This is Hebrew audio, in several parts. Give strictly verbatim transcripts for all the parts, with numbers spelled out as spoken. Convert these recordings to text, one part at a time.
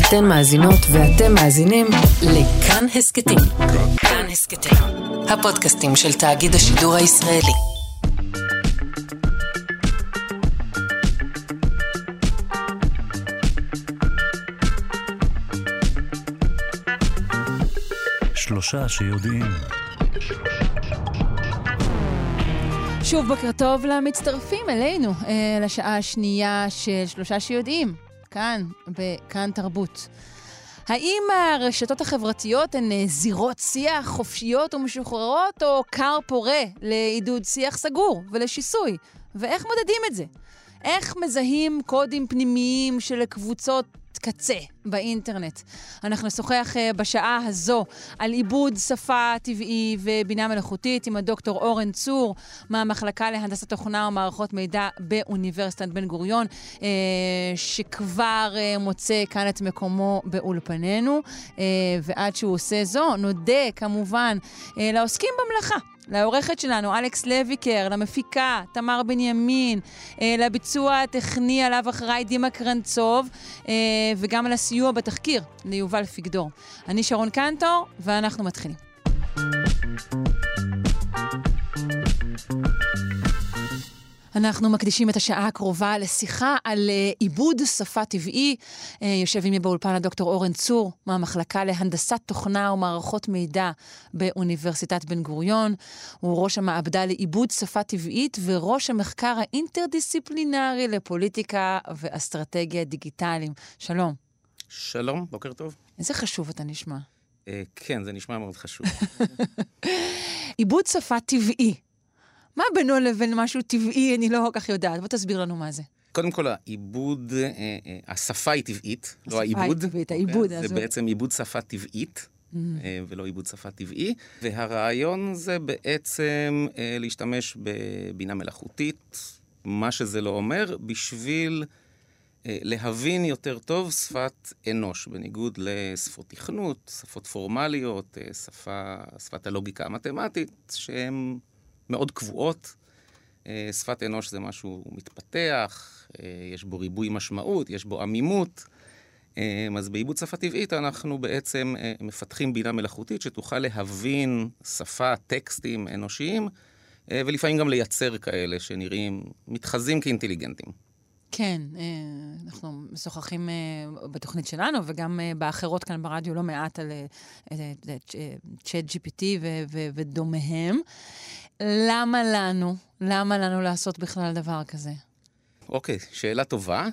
אתן מאזינות ואתם מאזינים לכאן הסקטים. כאן הסקטים, הפודקאסטים של תאגיד השידור הישראלי. שלושה שיודעים. שוב בוקר טוב למצטרפים אלינו, אה, לשעה השנייה של שלושה שיודעים, כאן, בכאן תרבות. האם הרשתות החברתיות הן זירות שיח חופשיות ומשוחררות, או קר פורה לעידוד שיח סגור ולשיסוי? ואיך מודדים את זה? איך מזהים קודים פנימיים של קבוצות קצה באינטרנט? אנחנו נשוחח בשעה הזו על עיבוד שפה טבעי ובינה מלאכותית עם הדוקטור אורן צור מהמחלקה להנדסת תוכנה ומערכות מידע באוניברסיטת בן גוריון, שכבר מוצא כאן את מקומו באולפנינו. ועד שהוא עושה זו, נודה כמובן לעוסקים במלאכה, לעורכת שלנו אלכס לויקר, למפיקה תמר בנימין, אה, לביצוע הטכני עליו אחראי דימה קרנצוב, אה, וגם על הסיוע בתחקיר ליובל פיגדור. אני שרון קנטור, ואנחנו מתחילים. אנחנו מקדישים את השעה הקרובה לשיחה על עיבוד שפה טבעי. יושב עמי באולפן הדוקטור אורן צור, מהמחלקה להנדסת תוכנה ומערכות מידע באוניברסיטת בן גוריון. הוא ראש המעבדה לעיבוד שפה טבעית וראש המחקר האינטרדיסציפלינרי לפוליטיקה ואסטרטגיה דיגיטליים. שלום. שלום, בוקר טוב. איזה חשוב אתה נשמע. אה, כן, זה נשמע מאוד חשוב. עיבוד שפה טבעי. מה בינו לבין משהו טבעי? אני לא כל כך יודעת. בוא תסביר לנו מה זה. קודם כל, העיבוד, אה, אה, השפה היא טבעית, לא העיבוד. השפה היא טבעית, העיבוד. זה זה בעצם עיבוד שפה טבעית, אה, ולא עיבוד שפה טבעי. והרעיון זה בעצם אה, להשתמש בבינה מלאכותית, מה שזה לא אומר, בשביל אה, להבין יותר טוב שפת אנוש, בניגוד לשפות תכנות, שפות פורמליות, אה, שפה, שפת הלוגיקה המתמטית, שהן מאוד קבועות. שפת אנוש זה משהו מתפתח, יש בו ריבוי משמעות, יש בו עמימות. אז בעיבוד שפה טבעית אנחנו בעצם מפתחים בינה מלאכותית שתוכל להבין שפה, טקסטים אנושיים, ולפעמים גם לייצר כאלה שנראים מתחזים כאינטליגנטים. כן, אנחנו משוחחים בתוכנית שלנו, וגם באחרות כאן ברדיו לא מעט על צ'אט ג'י פי טי ודומיהם. למה לנו? למה לנו לעשות בכלל דבר כזה? אוקיי, שאלה טובה.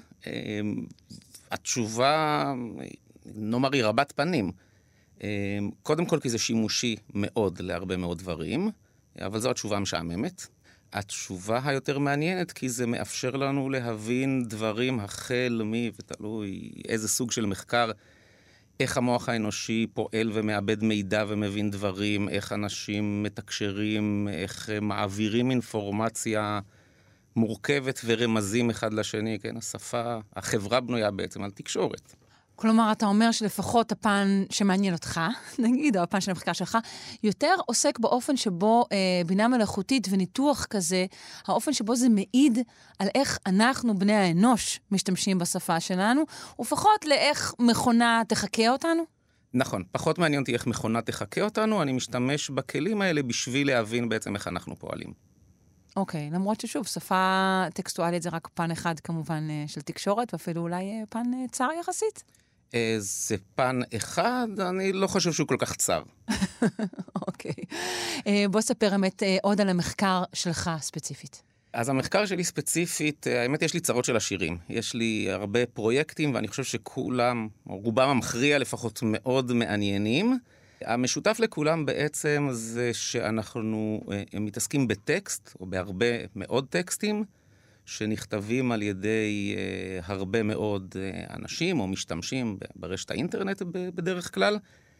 התשובה, נאמר, היא רבת פנים. קודם כל כי זה שימושי מאוד להרבה מאוד דברים, אבל זו התשובה המשעממת. התשובה היותר מעניינת כי זה מאפשר לנו להבין דברים החל מי ותלוי איזה סוג של מחקר, איך המוח האנושי פועל ומאבד מידע ומבין דברים, איך אנשים מתקשרים, איך מעבירים אינפורמציה מורכבת ורמזים אחד לשני, כן? השפה, החברה בנויה בעצם על תקשורת. כלומר, אתה אומר שלפחות הפן שמעניין אותך, נגיד, או הפן של המחקר שלך, יותר עוסק באופן שבו אה, בינה מלאכותית וניתוח כזה, האופן שבו זה מעיד על איך אנחנו, בני האנוש, משתמשים בשפה שלנו, ופחות לאיך מכונה תחכה אותנו? נכון, פחות מעניין אותי איך מכונה תחכה אותנו, אני משתמש בכלים האלה בשביל להבין בעצם איך אנחנו פועלים. אוקיי, למרות ששוב, שפה טקסטואלית זה רק פן אחד כמובן של תקשורת, ואפילו אולי פן צר יחסית. זה פן אחד, אני לא חושב שהוא כל כך צר. אוקיי. בוא ספר אמת עוד על המחקר שלך ספציפית. אז המחקר שלי ספציפית, האמת יש לי צרות של השירים. יש לי הרבה פרויקטים, ואני חושב שכולם, או רובם המכריע לפחות, מאוד מעניינים. המשותף לכולם בעצם זה שאנחנו מתעסקים בטקסט, או בהרבה מאוד טקסטים, שנכתבים על ידי uh, הרבה מאוד uh, אנשים או משתמשים ברשת האינטרנט בדרך כלל.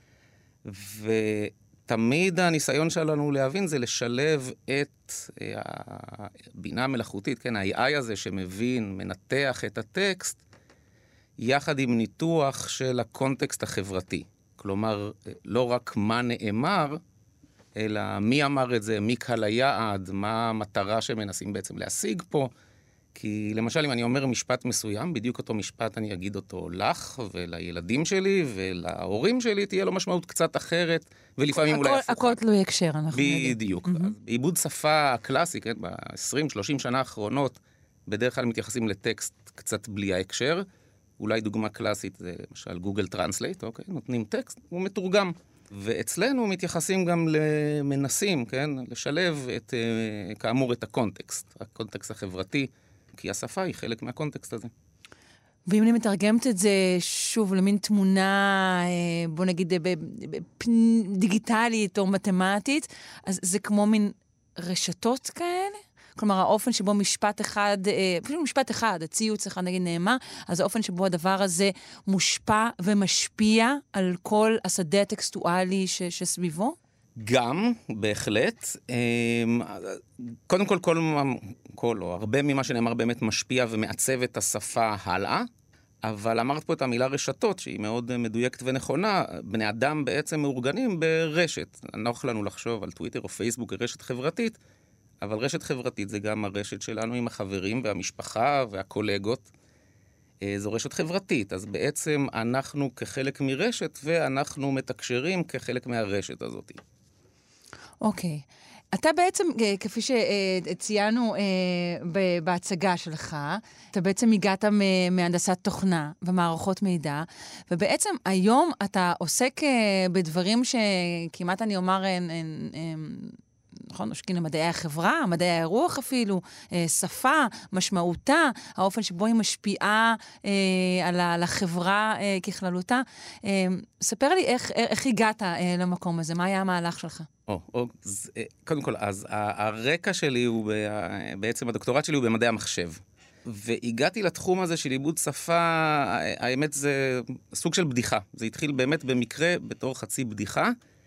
ותמיד הניסיון שלנו להבין זה לשלב את uh, הבינה המלאכותית, כן, ה-איי איי הזה שמבין, מנתח את הטקסט, יחד עם ניתוח של הקונטקסט החברתי. כלומר, לא רק מה נאמר, אלא מי אמר את זה, מי קהל היעד, מה המטרה שמנסים בעצם להשיג פה, כי למשל, אם אני אומר משפט מסוים, בדיוק אותו משפט אני אגיד אותו לך, ולילדים שלי, ולהורים שלי, תהיה לו משמעות קצת אחרת, ולפעמים אולי הפוכה. הכל תלוי הקשר, אנחנו יודעים. בדיוק. בעיבוד שפה הקלאסי, כן, ב-עשרים שלושים שנה האחרונות, בדרך כלל מתייחסים לטקסט קצת בלי ההקשר. אולי דוגמה קלאסית זה למשל גוגל טרנסלייט, אוקיי? נותנים טקסט, הוא מתורגם. ואצלנו מתייחסים גם למנסים, כן? לשלב את, כאמור, את הקונטקסט, הקונטקסט החברתי, כי השפה היא חלק מהקונטקסט הזה. ואם אני מתרגמת את זה שוב למין תמונה, בוא נגיד, דיגיטלית או מתמטית, אז זה כמו מין רשתות כאלה? כלומר, האופן שבו משפט אחד, אפילו משפט אחד, הציוץ אחד נגיד נאמר, אז האופן שבו הדבר הזה מושפע ומשפיע על כל השדה הטקסטואלי ש- שסביבו? גם, בהחלט. קודם כל, כל, כל או הרבה ממה שנאמר באמת משפיע ומעצב את השפה הלאה, אבל אמרת פה את המילה רשתות, שהיא מאוד מדויקת ונכונה. בני אדם בעצם מאורגנים ברשת. נוח לנו לחשוב על טוויטר או פייסבוק כרשת חברתית, אבל רשת חברתית זה גם הרשת שלנו עם החברים והמשפחה והקולגות. זו רשת חברתית, אז בעצם אנחנו כחלק מרשת, ואנחנו מתקשרים כחלק מהרשת הזאת. אוקיי. אתה בעצם, כפי שציינו בהצגה שלך, אתה בעצם הגעת מהנדסת תוכנה ומערכות מידע, ובעצם היום אתה עוסק בדברים שכמעט אני אומר, נכון, נושקים למדעי החברה, מדעי הרוח אפילו, שפה, משמעותה, האופן שבו היא משפיעה על החברה ככללותה. ספר לי איך, איך הגעת למקום הזה, מה היה המהלך שלך? או, או, קודם כל, אז הרקע שלי הוא, בעצם הדוקטורט שלי הוא במדעי המחשב. והגעתי לתחום הזה של עיבוד שפה, האמת זה סוג של בדיחה. זה התחיל באמת במקרה בתור חצי בדיחה.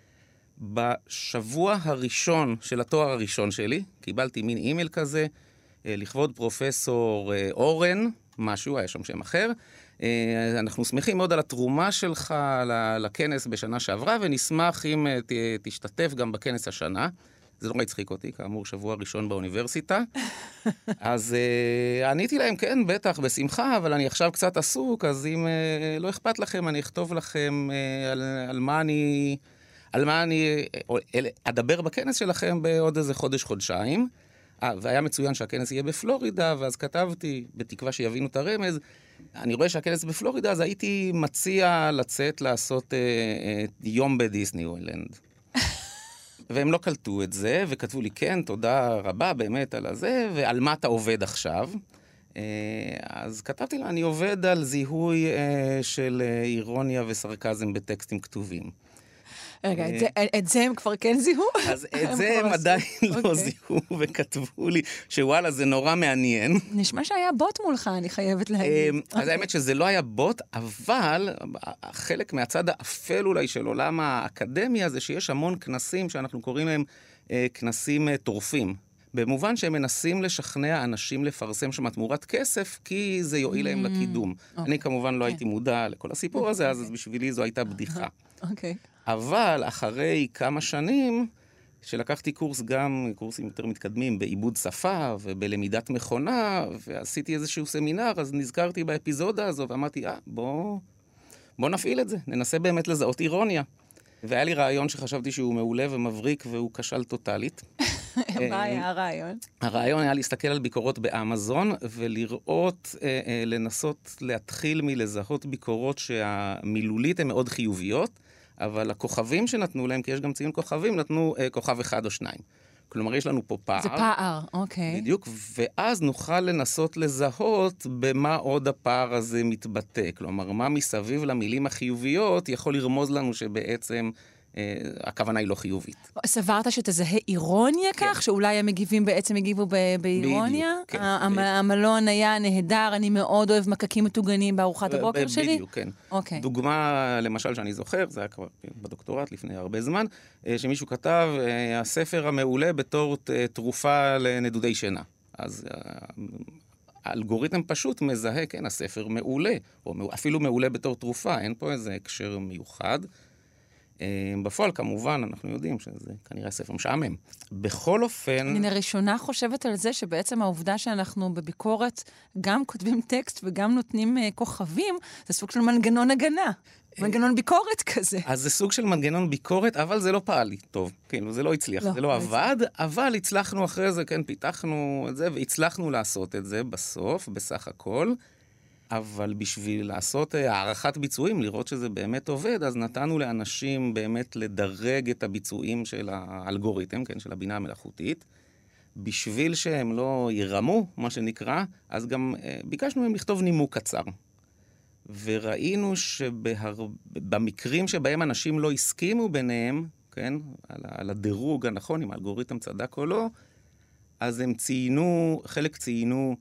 בשבוע הראשון של התואר הראשון שלי, קיבלתי מין אימייל כזה, לכבוד פרופסור אורן, משהו, היה שם שם אחר. אנחנו שמחים מאוד על התרומה שלך לכנס בשנה שעברה, ונשמח אם תשתתף גם בכנס השנה. זה נורא הצחיק אותי, כאמור, שבוע ראשון באוניברסיטה. אז עניתי להם, כן, בטח, בשמחה, אבל אני עכשיו קצת עסוק, אז אם לא אכפת לכם, אני אכתוב לכם על, על מה אני... על מה אני אדבר בכנס שלכם בעוד איזה חודש-חודשיים. אה, והיה מצוין שהכנס יהיה בפלורידה, ואז כתבתי, בתקווה שיבינו את הרמז, אני רואה שהכנס בפלורידה, אז הייתי מציע לצאת לעשות אה, אה, יום בדיסניולנד. והם לא קלטו את זה, וכתבו לי, כן, תודה רבה באמת על הזה, ועל מה אתה עובד עכשיו? אה, אז כתבתי לה, אני עובד על זיהוי אה, של אה, אירוניה וסרקזם בטקסטים כתובים. רגע, את זה הם כבר כן זיהו? אז את זה הם עדיין לא זיהו, וכתבו לי שוואלה, זה נורא מעניין. נשמע שהיה בוט מולך, אני חייבת להגיד. אז האמת שזה לא היה בוט, אבל חלק מהצד האפל אולי של עולם האקדמיה זה שיש המון כנסים שאנחנו קוראים להם כנסים טורפים. במובן שהם מנסים לשכנע אנשים לפרסם שם תמורת כסף, כי זה יועיל להם לקידום. אני כמובן לא הייתי מודע לכל הסיפור הזה, אז בשבילי זו הייתה בדיחה. אוקיי. אבל אחרי כמה שנים, שלקחתי קורס גם, קורסים יותר מתקדמים, בעיבוד שפה ובלמידת מכונה, ועשיתי איזשהו סמינר, אז נזכרתי באפיזודה הזו, ואמרתי, אה, בוא, בוא נפעיל את זה, ננסה באמת לזהות אירוניה. והיה לי רעיון שחשבתי שהוא מעולה ומבריק, והוא כשל טוטלית. מה היה הרעיון? הרעיון היה להסתכל על ביקורות באמזון, ולראות, לנסות להתחיל מלזהות ביקורות שהמילולית הן מאוד חיוביות, אבל הכוכבים שנתנו להם, כי יש גם ציון כוכבים, נתנו אה, כוכב אחד או שניים. כלומר, יש לנו פה פער. זה פער, אוקיי. בדיוק, ואז נוכל לנסות לזהות במה עוד הפער הזה מתבטא. כלומר, מה מסביב למילים החיוביות יכול לרמוז לנו שבעצם אה, הכוונה היא לא חיובית. סברת שתזהה אירוניה כן. כך? שאולי המגיבים בעצם הגיבו ב- באירוניה? בדיוק, כן. המ- המלון היה נהדר, אני מאוד אוהב מקקים מטוגנים בארוחת הבוקר שלי? בדיוק, כן. אוקיי. דוגמה, למשל, שאני זוכר, זה היה כבר בדוקטורט לפני הרבה זמן, שמישהו כתב, הספר המעולה בתור תרופה לנדודי שינה. אז האלגוריתם פשוט מזהה, כן, הספר מעולה, או אפילו מעולה בתור תרופה, אין פה איזה הקשר מיוחד. בפועל, כמובן, אנחנו יודעים שזה כנראה ספר משעמם. בכל אופן... אני לראשונה חושבת על זה שבעצם העובדה שאנחנו בביקורת גם כותבים טקסט וגם נותנים כוכבים, זה סוג של מנגנון הגנה. מנגנון ביקורת כזה. אז זה סוג של מנגנון ביקורת, אבל זה לא פעל לי טוב. כאילו, זה לא הצליח, זה לא עבד, אבל הצלחנו אחרי זה, כן, פיתחנו את זה, והצלחנו לעשות את זה בסוף, בסך הכל. אבל בשביל לעשות הערכת ביצועים, לראות שזה באמת עובד, אז נתנו לאנשים באמת לדרג את הביצועים של האלגוריתם, כן, של הבינה המלאכותית, בשביל שהם לא ירמו, מה שנקרא, אז גם ביקשנו מהם לכתוב נימוק קצר. וראינו שבמקרים שבהם אנשים לא הסכימו ביניהם, כן, על, על הדירוג הנכון, אם האלגוריתם צדק או לא, אז הם ציינו, חלק ציינו,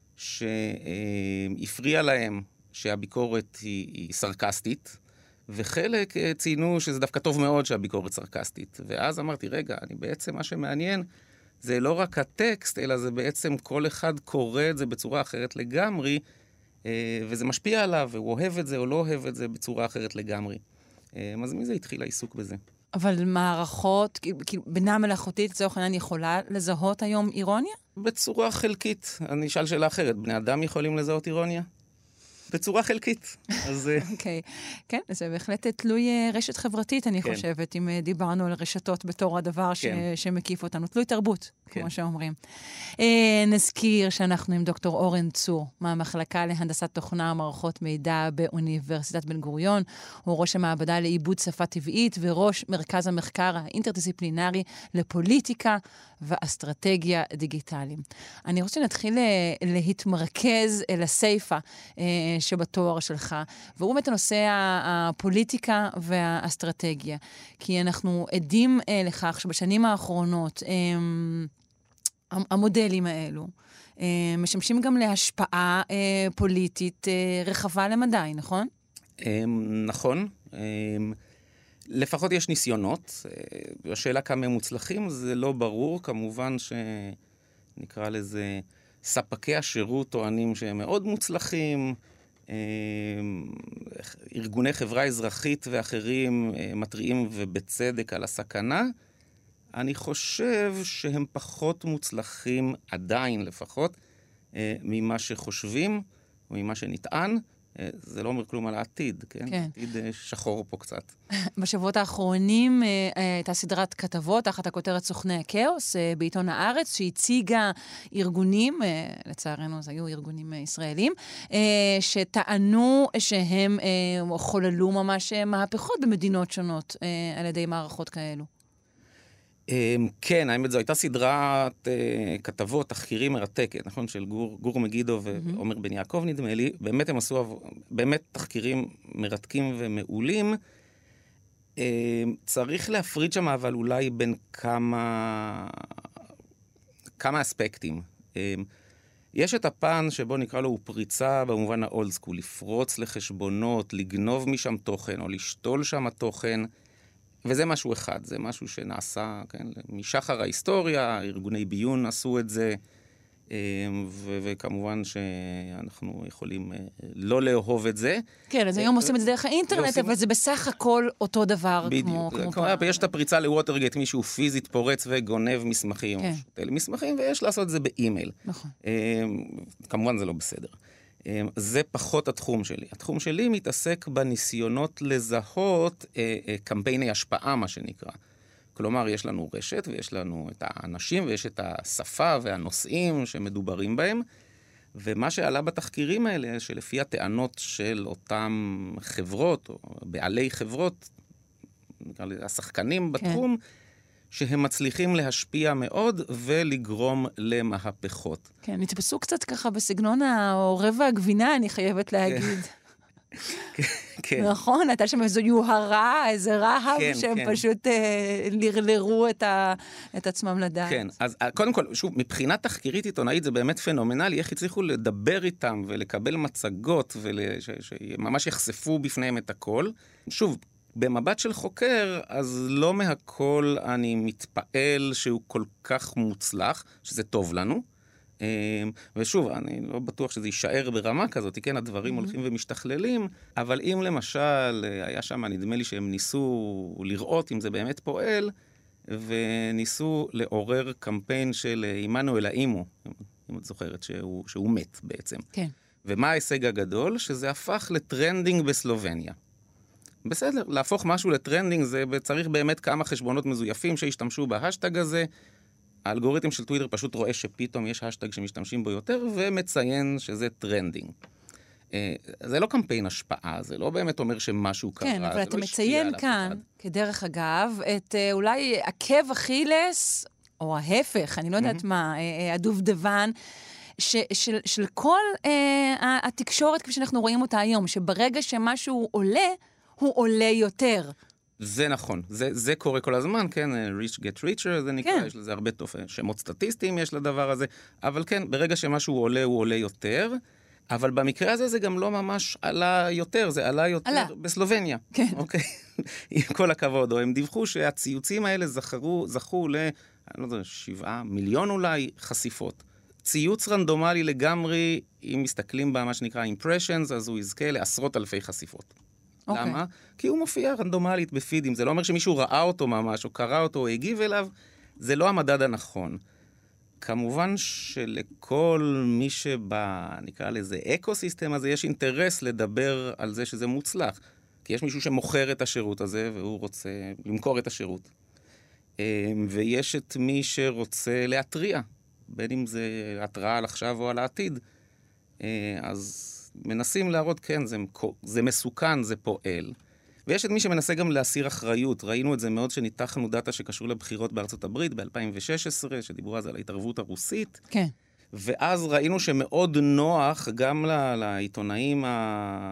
שהפריע להם שהביקורת היא, היא סרקסטית, וחלק ציינו שזה דווקא טוב מאוד שהביקורת סרקסטית. ואז אמרתי, רגע, אני בעצם מה שמעניין, זה לא רק הטקסט, אלא זה בעצם כל אחד קורא את זה בצורה אחרת לגמרי, וזה משפיע עליו, והוא אוהב את זה או לא אוהב את זה בצורה אחרת לגמרי. אז מזה התחיל העיסוק בזה. אבל מערכות, כאילו, בינה מלאכותית, לצורך העניין, יכולה לזהות היום אירוניה? בצורה חלקית. אני אשאל שאלה אחרת. בני אדם יכולים לזהות אירוניה? בצורה חלקית. אז... אוקיי. כן, זה בהחלט תלוי רשת חברתית, אני חושבת, אם דיברנו על רשתות בתור הדבר שמקיף אותנו. תלוי תרבות, כמו שאומרים. נזכיר שאנחנו עם דוקטור אורן צור, מהמחלקה להנדסת תוכנה ומערכות מידע באוניברסיטת בן גוריון. הוא ראש המעבדה לעיבוד שפה טבעית וראש מרכז המחקר האינטרדיסציפלינרי לפוליטיקה ואסטרטגיה דיגיטליים. אני רוצה שנתחיל להתמרכז אל הסייפה שבתואר שלך, והוא באמת הנושא הפוליטיקה והאסטרטגיה. כי אנחנו עדים לכך שבשנים האחרונות המודלים האלו משמשים גם להשפעה פוליטית רחבה למדי, נכון? נכון. לפחות יש ניסיונות. השאלה כמה הם מוצלחים, זה לא ברור. כמובן שנקרא לזה ספקי השירות טוענים שהם מאוד מוצלחים, ארגוני חברה אזרחית ואחרים מטריעים ובצדק על הסכנה. אני חושב שהם פחות מוצלחים עדיין לפחות ממה שחושבים או ממה שנטען. זה לא אומר כלום על העתיד, כן? כן. עתיד שחור פה קצת. בשבועות האחרונים הייתה סדרת כתבות תחת הכותרת סוכני הכאוס בעיתון הארץ, שהציגה ארגונים, לצערנו זה היו ארגונים ישראלים, שטענו שהם חוללו ממש מהפכות במדינות שונות על ידי מערכות כאלו. כן, האמת זו הייתה סדרת כתבות, תחקירים מרתקת, נכון? של גור, גור מגידו ועומר בן יעקב נדמה לי. באמת הם עשו, באמת תחקירים מרתקים ומעולים. צריך להפריד שם אבל אולי בין כמה, כמה אספקטים. יש את הפן שבו נקרא לו הוא פריצה במובן האולד סקול, לפרוץ לחשבונות, לגנוב משם תוכן או לשתול שם התוכן. וזה משהו אחד, זה משהו שנעשה, כן, משחר ההיסטוריה, ארגוני ביון עשו את זה, ו- וכמובן שאנחנו יכולים לא לאהוב את זה. כן, אז היום עושים את זה דרך האינטרנט, אבל זה בסך הכל אותו דבר כמו... בדיוק, יש את הפריצה לווטרגייט, מישהו פיזית פורץ וגונב מסמכים, או שותל מסמכים, ויש לעשות את זה באימייל. נכון. כמובן זה לא בסדר. זה פחות התחום שלי. התחום שלי מתעסק בניסיונות לזהות אה, אה, קמפייני השפעה, מה שנקרא. כלומר, יש לנו רשת, ויש לנו את האנשים, ויש את השפה והנושאים שמדוברים בהם, ומה שעלה בתחקירים האלה, שלפי הטענות של אותם חברות, או בעלי חברות, נקרא לי, השחקנים בתחום, כן. שהם מצליחים להשפיע מאוד ולגרום למהפכות. כן, נתפסו קצת ככה בסגנון העורב והגבינה, אני חייבת להגיד. כן. נכון, הייתה שם איזו יוהרה, איזה רהב, שהם פשוט לרלרו את עצמם לדעת. כן, אז קודם כל, שוב, מבחינת תחקירית עיתונאית זה באמת פנומנלי, איך הצליחו לדבר איתם ולקבל מצגות, שממש יחשפו בפניהם את הכל. שוב, במבט של חוקר, אז לא מהכל אני מתפעל שהוא כל כך מוצלח, שזה טוב לנו, ושוב, אני לא בטוח שזה יישאר ברמה כזאת, כן, הדברים הולכים ומשתכללים, אבל אם למשל היה שם, נדמה לי שהם ניסו לראות אם זה באמת פועל, וניסו לעורר קמפיין של עמנואל האימו, אם את זוכרת שהוא, שהוא מת בעצם. כן. ומה ההישג הגדול? שזה הפך לטרנדינג בסלובניה. בסדר, להפוך משהו לטרנדינג, זה צריך באמת כמה חשבונות מזויפים שהשתמשו בהשטג הזה. האלגוריתם של טוויטר פשוט רואה שפתאום יש השטג שמשתמשים בו יותר, ומציין שזה טרנדינג. זה לא קמפיין השפעה, זה לא באמת אומר שמשהו קרה. כן, אבל אתה מציין כאן, כדרך אגב, את אולי עקב אכילס, או ההפך, אני לא יודעת מה, הדובדבן, ש, של, של כל אה, התקשורת כפי שאנחנו רואים אותה היום, שברגע שמשהו עולה, הוא עולה יותר. זה נכון, זה, זה קורה כל הזמן, כן, rich get richer, זה נקרא, כן. יש לזה הרבה תופעה, שמות סטטיסטיים יש לדבר הזה, אבל כן, ברגע שמשהו עולה, הוא עולה יותר, אבל במקרה הזה זה גם לא ממש עלה יותר, זה עלה יותר עלה. בסלובניה. כן. אוקיי? עם כל הכבוד, או הם דיווחו שהציוצים האלה זכרו, זכו ל, אני לא יודע, שבעה מיליון אולי חשיפות. ציוץ רנדומלי לגמרי, אם מסתכלים במה שנקרא impressions, אז הוא יזכה לעשרות אלפי חשיפות. Okay. למה? כי הוא מופיע רנדומלית בפידים, זה לא אומר שמישהו ראה אותו ממש, או קרא אותו, או הגיב אליו, זה לא המדד הנכון. כמובן שלכל מי שבא, נקרא לזה אקוסיסטם הזה, יש אינטרס לדבר על זה שזה מוצלח. כי יש מישהו שמוכר את השירות הזה, והוא רוצה למכור את השירות. ויש את מי שרוצה להטריע, בין אם זה התראה על עכשיו או על העתיד. אז מנסים להראות, כן, זה, זה מסוכן, זה פועל. ויש את מי שמנסה גם להסיר אחריות. ראינו את זה מאוד שניתחנו דאטה שקשור לבחירות בארצות הברית ב-אלפיים ושש עשרה, שדיברו אז על ההתערבות הרוסית. כן. ואז ראינו שמאוד נוח גם ל- לעיתונאים ה-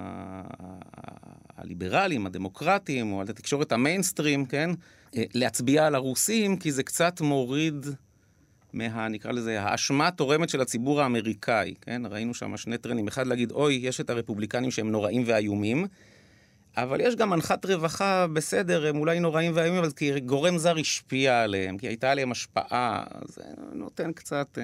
הליברליים, הדמוקרטיים, או על התקשורת המיינסטרים, כן? להצביע על הרוסים, כי זה קצת מוריד מה, נקרא לזה, האשמה תורמת של הציבור האמריקאי, כן? ראינו שם שני טרנים. אחד להגיד, אוי, יש את הרפובליקנים שהם נוראים ואיומים, אבל יש גם הנחת רווחה בסדר, הם אולי נוראים ואיומים, אבל כי גורם זר השפיע עליהם, כי הייתה עליהם השפעה, זה נותן קצת,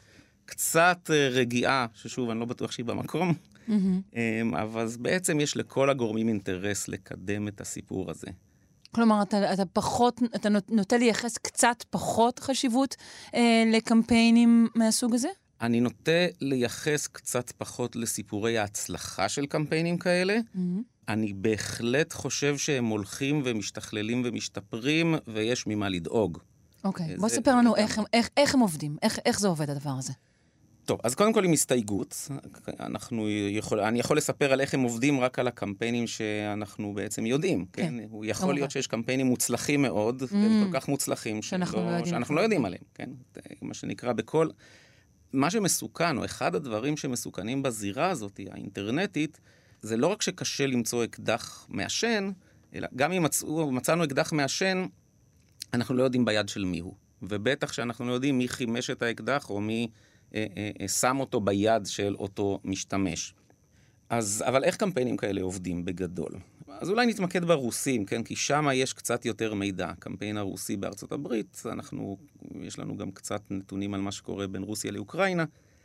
קצת רגיעה, ששוב, אני לא בטוח שהיא במקום, mm-hmm. אבל בעצם יש לכל הגורמים אינטרס לקדם את הסיפור הזה. כלומר, אתה, אתה פחות, אתה נוטה לייחס קצת פחות חשיבות אה, לקמפיינים מהסוג הזה? אני נוטה לייחס קצת פחות לסיפורי ההצלחה של קמפיינים כאלה. Mm-hmm. אני בהחלט חושב שהם הולכים ומשתכללים ומשתפרים, ויש ממה לדאוג. אוקיי, בוא ספר לנו איך, איך, איך הם עובדים, איך, איך זה עובד הדבר הזה. טוב, אז קודם כל עם הסתייגות, אנחנו יכול, אני יכול לספר על איך הם עובדים רק על הקמפיינים שאנחנו בעצם יודעים, כן? כן? הוא יכול כמובן. להיות שיש קמפיינים מוצלחים מאוד, mm. והם כל כך מוצלחים שאנחנו, שלא, לא, יודעים שאנחנו לא יודעים עליהם, כן? מה שנקרא בכל... מה שמסוכן, או אחד הדברים שמסוכנים בזירה הזאת, האינטרנטית, זה לא רק שקשה למצוא אקדח מעשן, אלא גם אם מצאו, מצאנו אקדח מעשן, אנחנו לא יודעים ביד של מי הוא. ובטח שאנחנו לא יודעים מי חימש את האקדח, או מי אה, אה, שם אותו ביד של אותו משתמש. אז, אבל איך קמפיינים כאלה עובדים בגדול? אז אולי נתמקד ברוסים, כן? כי שם יש קצת יותר מידע. קמפיין הרוסי בארצות הברית, אנחנו, יש לנו גם קצת נתונים על מה שקורה בין רוסיה לאוקראינה,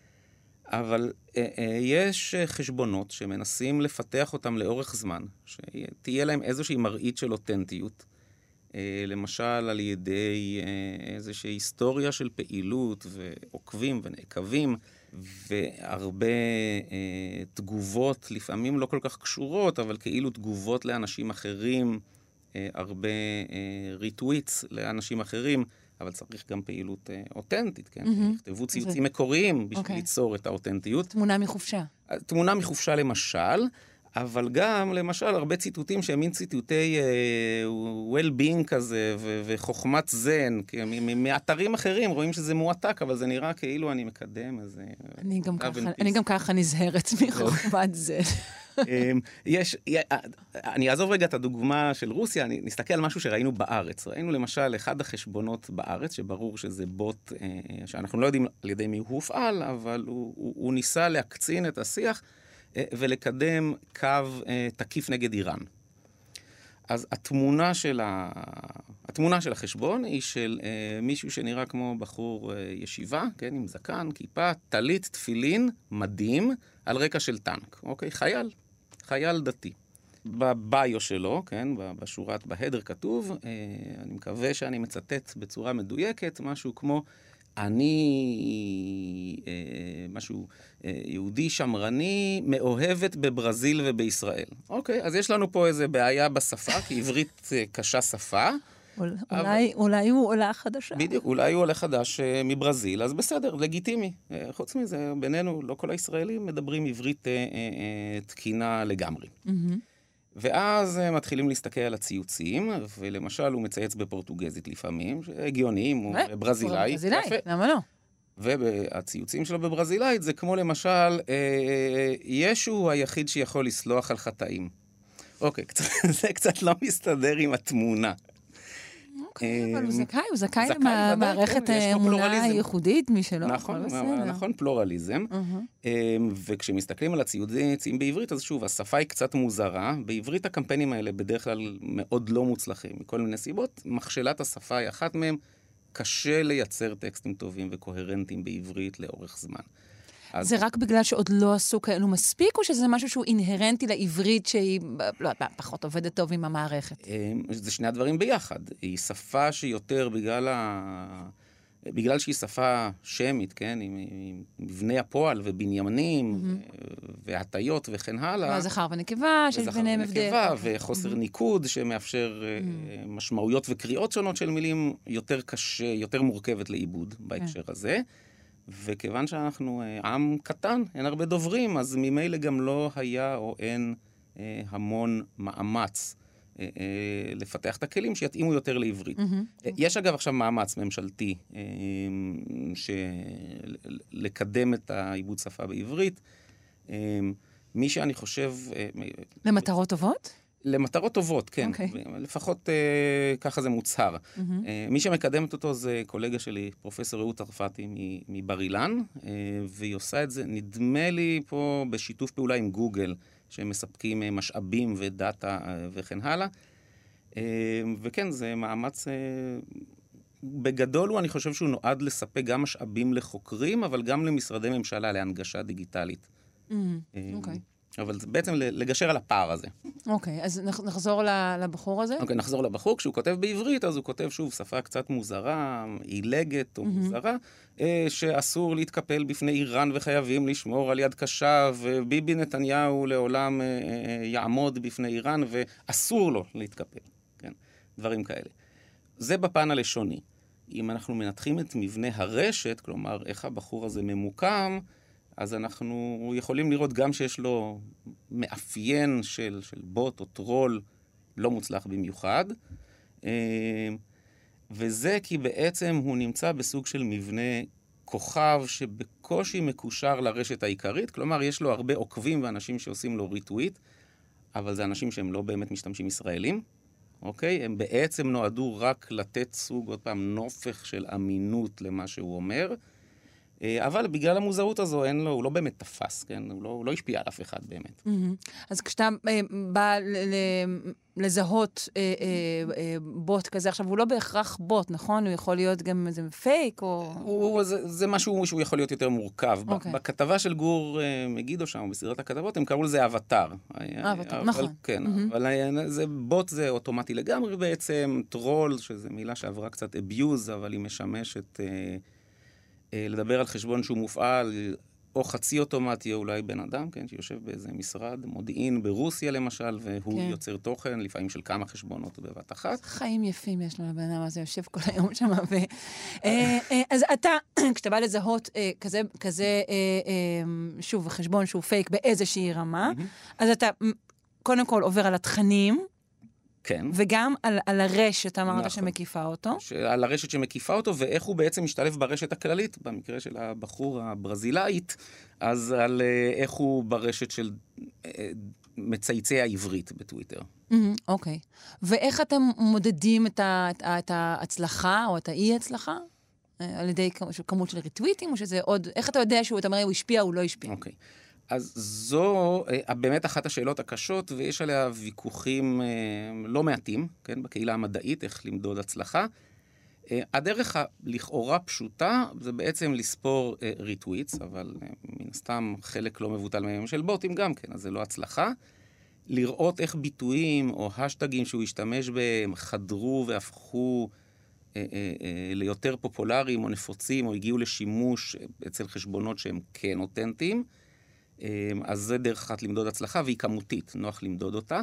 אבל אה, אה, יש חשבונות שמנסים לפתח אותם לאורך זמן, שתהיה להם איזושהי מראית של אותנטיות, אה, למשל על ידי אה, איזושהי היסטוריה של פעילות ועוקבים ונעקבים, והרבה אה, תגובות, לפעמים לא כל כך קשורות, אבל כאילו תגובות לאנשים אחרים, אה, הרבה אה, ריטוויטס לאנשים אחרים, אבל צריך גם פעילות אה, אותנטית, כן? Mm-hmm. כתבו ציוצים זה... מקוריים בשביל okay. ליצור את האותנטיות. תמונה מחופשה. תמונה מחופשה למשל, אבל גם למשל הרבה ציטוטים שהם מין ציטוטי אה, well-being כזה ו- וחוכמת זן, מ- מאתרים אחרים רואים שזה מועתק, אבל זה נראה כאילו אני מקדם איזה... אני גם ככה, אני גם ככה נזהרת מחוכמת זן. יש, אני אעזוב רגע את הדוגמה של רוסיה, אני נסתכל על משהו שראינו בארץ. ראינו למשל אחד החשבונות בארץ, שברור שזה בוט, שאנחנו לא יודעים על ידי מי הוא הופעל, אבל הוא, הוא, הוא ניסה להקצין את השיח, ולקדם קו תקיף נגד איראן. אז התמונה של, ה... התמונה של החשבון היא של אה, מישהו שנראה כמו בחור אה, ישיבה, כן, עם זקן, כיפה, טלית, תפילין, מדים, על רקע של טנק, אוקיי? חייל, חייל דתי. בביו שלו, כן, בשורת, בהדר כתוב, אה, אני מקווה שאני מצטט בצורה מדויקת, משהו כמו, אני, אה, משהו אה, יהודי שמרני, מאוהבת בברזיל ובישראל. אוקיי, אז יש לנו פה איזה בעיה בשפה, כי עברית אה, קשה שפה. אולי, אבל... אולי הוא עולה חדשה. בדיוק, אולי הוא עולה חדש אה, מברזיל, אז בסדר, לגיטימי. אה, חוץ מזה, בינינו, לא כל הישראלים מדברים עברית אה, אה, אה, תקינה לגמרי. Mm-hmm. ואז מתחילים להסתכל על הציוצים, ולמשל הוא מצייץ בפורטוגזית לפעמים, הגיוניים, הוא ברזילאי. ברזילאי, למה לא? והציוצים שלו בברזילאית זה כמו למשל, ישו הוא היחיד שיכול לסלוח על חטאים. אוקיי, זה קצת לא מסתדר עם התמונה. אוקיי, אבל הוא זכאי, הוא זכאי למערכת אמונה ייחודית משלו. נכון, נכון, פלורליזם. וכשמסתכלים על הציוצים בעברית, אז שוב, השפה היא קצת מוזרה. בעברית הקמפיינים האלה בדרך כלל מאוד לא מוצלחים, מכל מיני סיבות. מכשלת השפה היא אחת מהם, קשה לייצר טקסטים טובים וקוהרנטיים בעברית לאורך זמן. אז... זה רק בגלל שעוד לא עשו כאלו מספיק, או שזה משהו שהוא אינהרנטי לעברית שהיא לא, פחות עובדת טוב עם המערכת? זה שני הדברים ביחד. היא שפה שיותר בגלל, ה... בגלל שהיא שפה שמית, כן? עם, עם מבנה הפועל ובניינים mm-hmm. והטיות וכן הלאה. והזכר ונקבה, שיש ביניהם הבדל. וזכר ונקבה וחוסר mm-hmm. ניקוד שמאפשר mm-hmm. משמעויות וקריאות שונות של מילים יותר קשה, יותר מורכבת לעיבוד בהקשר yeah. הזה. וכיוון שאנחנו עם קטן, אין הרבה דוברים, אז ממילא גם לא היה או אין אה, המון מאמץ אה, אה, לפתח את הכלים שיתאימו יותר לעברית. Mm-hmm. אה, יש אגב עכשיו מאמץ ממשלתי אה, של, לקדם את העיבוד שפה בעברית. אה, מי שאני חושב... אה, למטרות טובות? למטרות טובות, כן. Okay. לפחות אה, ככה זה מוצהר. Mm-hmm. אה, מי שמקדמת אותו זה קולגה שלי, פרופסור רעות צרפתי מבר אילן, אה, והיא עושה את זה, נדמה לי פה בשיתוף פעולה עם גוגל, שהם מספקים אה, משאבים ודאטה אה, וכן הלאה. אה, וכן, זה מאמץ... אה, בגדול הוא, אני חושב שהוא נועד לספק גם משאבים לחוקרים, אבל גם למשרדי ממשלה, להנגשה דיגיטלית. אוקיי. Mm-hmm. Okay. אבל זה בעצם לגשר על הפער הזה. אוקיי, אז נחזור לבחור הזה? אוקיי, נחזור לבחור. כשהוא כותב בעברית, אז הוא כותב שוב שפה קצת מוזרה, עילגת או מוזרה, שאסור להתקפל בפני איראן וחייבים לשמור על יד קשה, וביבי נתניהו לעולם יעמוד בפני איראן, ואסור לו להתקפל. כן? דברים כאלה. זה בפן הלשוני. אם אנחנו מנתחים את מבנה הרשת, כלומר, איך הבחור הזה ממוקם, אז אנחנו יכולים לראות גם שיש לו מאפיין של, של בוט או טרול לא מוצלח במיוחד. וזה כי בעצם הוא נמצא בסוג של מבנה כוכב שבקושי מקושר לרשת העיקרית. כלומר, יש לו הרבה עוקבים ואנשים שעושים לו ריטוויט, אבל זה אנשים שהם לא באמת משתמשים ישראלים. אוקיי? הם בעצם נועדו רק לתת סוג, עוד פעם, נופך של אמינות למה שהוא אומר. אבל בגלל המוזרות הזו, אין לו, הוא לא באמת תפס, כן? הוא לא, הוא לא השפיע על אף אחד באמת. Mm-hmm. אז כשאתה אה, בא ל- ל- לזהות אה, אה, אה, בוט כזה, עכשיו הוא לא בהכרח בוט, נכון? הוא יכול להיות גם איזה פייק או... הוא, זה, זה משהו שהוא יכול להיות יותר מורכב. Okay. בכתבה של גור אה, מגידו שם, בסדרת הכתבות, הם קראו לזה אבטר. אבטר, נכון. כן, mm-hmm. אבל זה, בוט זה אוטומטי לגמרי בעצם, טרול, שזו מילה שעברה קצת אביוז, אבל היא משמשת... אה, לדבר על חשבון שהוא מופעל, או חצי אוטומטי, או אולי בן אדם, כן, שיושב באיזה משרד, מודיעין ברוסיה למשל, והוא כן. יוצר תוכן, לפעמים של כמה חשבונות בבת אחת. חיים יפים יש לו לבן אדם הזה, יושב כל היום שם. ו... אז אתה, כשאתה בא לזהות כזה, כזה, שוב, חשבון שהוא פייק באיזושהי רמה, אז אתה קודם כל עובר על התכנים, כן. וגם על, על הרשת, אמרת נכון. שמקיפה אותו. על הרשת שמקיפה אותו, ואיך הוא בעצם משתלב ברשת הכללית, במקרה של הבחור הברזילאית, אז על איך הוא ברשת של מצייצי העברית בטוויטר. אוקיי. ואיך אתם מודדים את, ה, את, ה, את ההצלחה, או את האי-הצלחה? על ידי כמות של ריטוויטים, או שזה עוד... איך אתה יודע שהוא, אתה אומר, הוא השפיע או לא השפיע? אוקיי. אז זו באמת אחת השאלות הקשות, ויש עליה ויכוחים לא מעטים, כן, בקהילה המדעית, איך למדוד הצלחה. הדרך הלכאורה פשוטה, זה בעצם לספור ריטוויטס, אבל מן הסתם חלק לא מבוטל מהם של בוטים גם כן, אז זה לא הצלחה. לראות איך ביטויים או השטגים שהוא השתמש בהם חדרו והפכו אה, אה, אה, ליותר פופולריים או נפוצים, או הגיעו לשימוש אצל חשבונות שהם כן אותנטיים. אה, אז זה דרך אחת למדוד הצלחה, והיא כמותית, נוח למדוד אותה.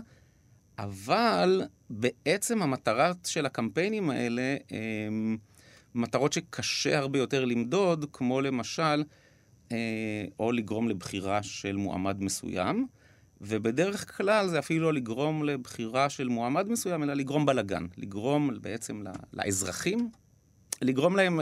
אבל בעצם המטרה של הקמפיינים האלה, הם מטרות שקשה הרבה יותר למדוד, כמו למשל, או לגרום לבחירה של מועמד מסוים, ובדרך כלל זה אפילו לא לגרום לבחירה של מועמד מסוים, אלא לגרום בלגן, לגרום בעצם לאזרחים, לגרום להם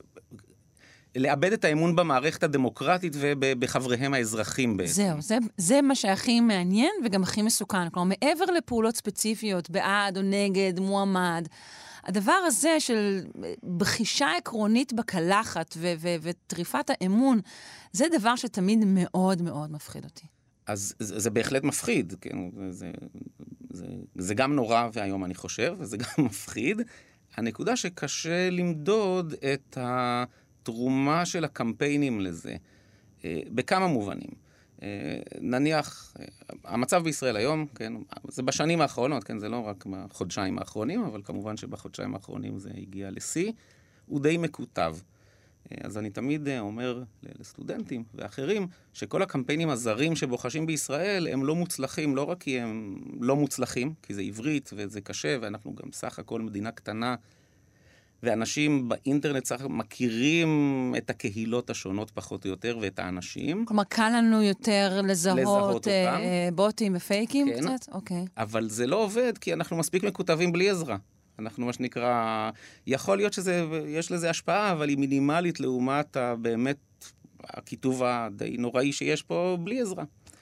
לאבד את האמון במערכת הדמוקרטית ובחבריהם האזרחים בעצם. זהו, זה, זה מה שהכי מעניין וגם הכי מסוכן. כלומר, מעבר לפעולות ספציפיות, בעד או נגד, מועמד, הדבר הזה של בחישה עקרונית בקלחת ו- ו- וטריפת האמון, זה דבר שתמיד מאוד מאוד מפחיד אותי. אז זה, זה בהחלט מפחיד, כן? זה, זה, זה גם נורא והיום אני חושב, וזה גם מפחיד. הנקודה שקשה למדוד את ה... תרומה של הקמפיינים לזה, בכמה מובנים. נניח, המצב בישראל היום, כן, זה בשנים האחרונות, כן, זה לא רק בחודשיים האחרונים, אבל כמובן שבחודשיים האחרונים זה הגיע לשיא, הוא די מקוטב. אז אני תמיד אומר לסטודנטים ואחרים, שכל הקמפיינים הזרים שבוחשים בישראל, הם לא מוצלחים, לא רק כי הם לא מוצלחים, כי זה עברית וזה קשה, ואנחנו גם סך הכל מדינה קטנה, ואנשים באינטרנט צריך, מכירים את הקהילות השונות פחות או יותר, ואת האנשים. כלומר, קל לנו יותר לזהות, לזהות אה, בוטים ופייקים כן. קצת? אוקיי. אבל זה לא עובד, כי אנחנו מספיק מקוטבים בלי עזרה. אנחנו מה שנקרא, יכול להיות שיש לזה השפעה, אבל היא מינימלית לעומת באמת הכיתוב הדי נוראי שיש פה בלי עזרה.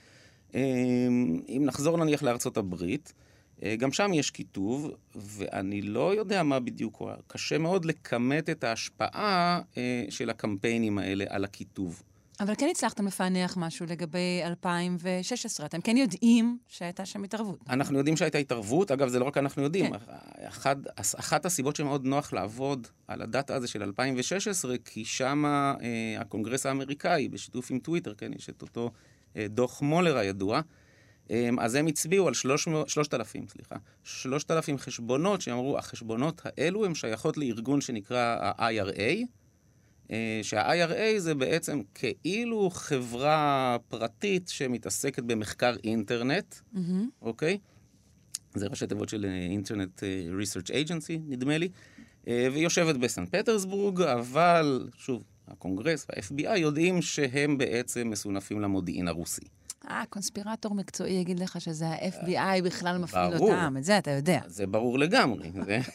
אם נחזור נניח לארצות הברית, גם שם יש כיתוב, ואני לא יודע מה בדיוק, קשה מאוד לכמת את ההשפעה של הקמפיינים האלה על הכיתוב. אבל כן הצלחתם לפענח משהו לגבי אלפיים ושש עשרה. אתם כן יודעים שהייתה שם התערבות. אנחנו יודעים שהייתה התערבות, אגב זה לא רק אנחנו יודעים. כן. אחד, אחת הסיבות שמאוד נוח לעבוד על הדאטה הזה של אלפיים ושש עשרה, כי שם אה, הקונגרס האמריקאי, בשיתוף עם טוויטר, כן, יש את אותו אה, דוח מולר הידוע, אז הם הצביעו על שלושת אלפים, סליחה, שלושת אלפים חשבונות שאמרו, החשבונות האלו הם שייכות לארגון שנקרא ה-איי אר איי, שה-איי אר איי זה בעצם כאילו חברה פרטית שמתעסקת במחקר אינטרנט, אוקיי? זה ראשי תיבות של Internet Research Agency, נדמה לי, והיא יושבת בסן פטרסבורג, אבל, שוב, הקונגרס וה-אף בי איי יודעים שהם בעצם מסונפים למודיעין הרוסי. אה, קונספירטור מקצועי יגיד לך שזה ה-אף בי איי בכלל מפעיל אותם, את זה אתה יודע. זה ברור לגמרי.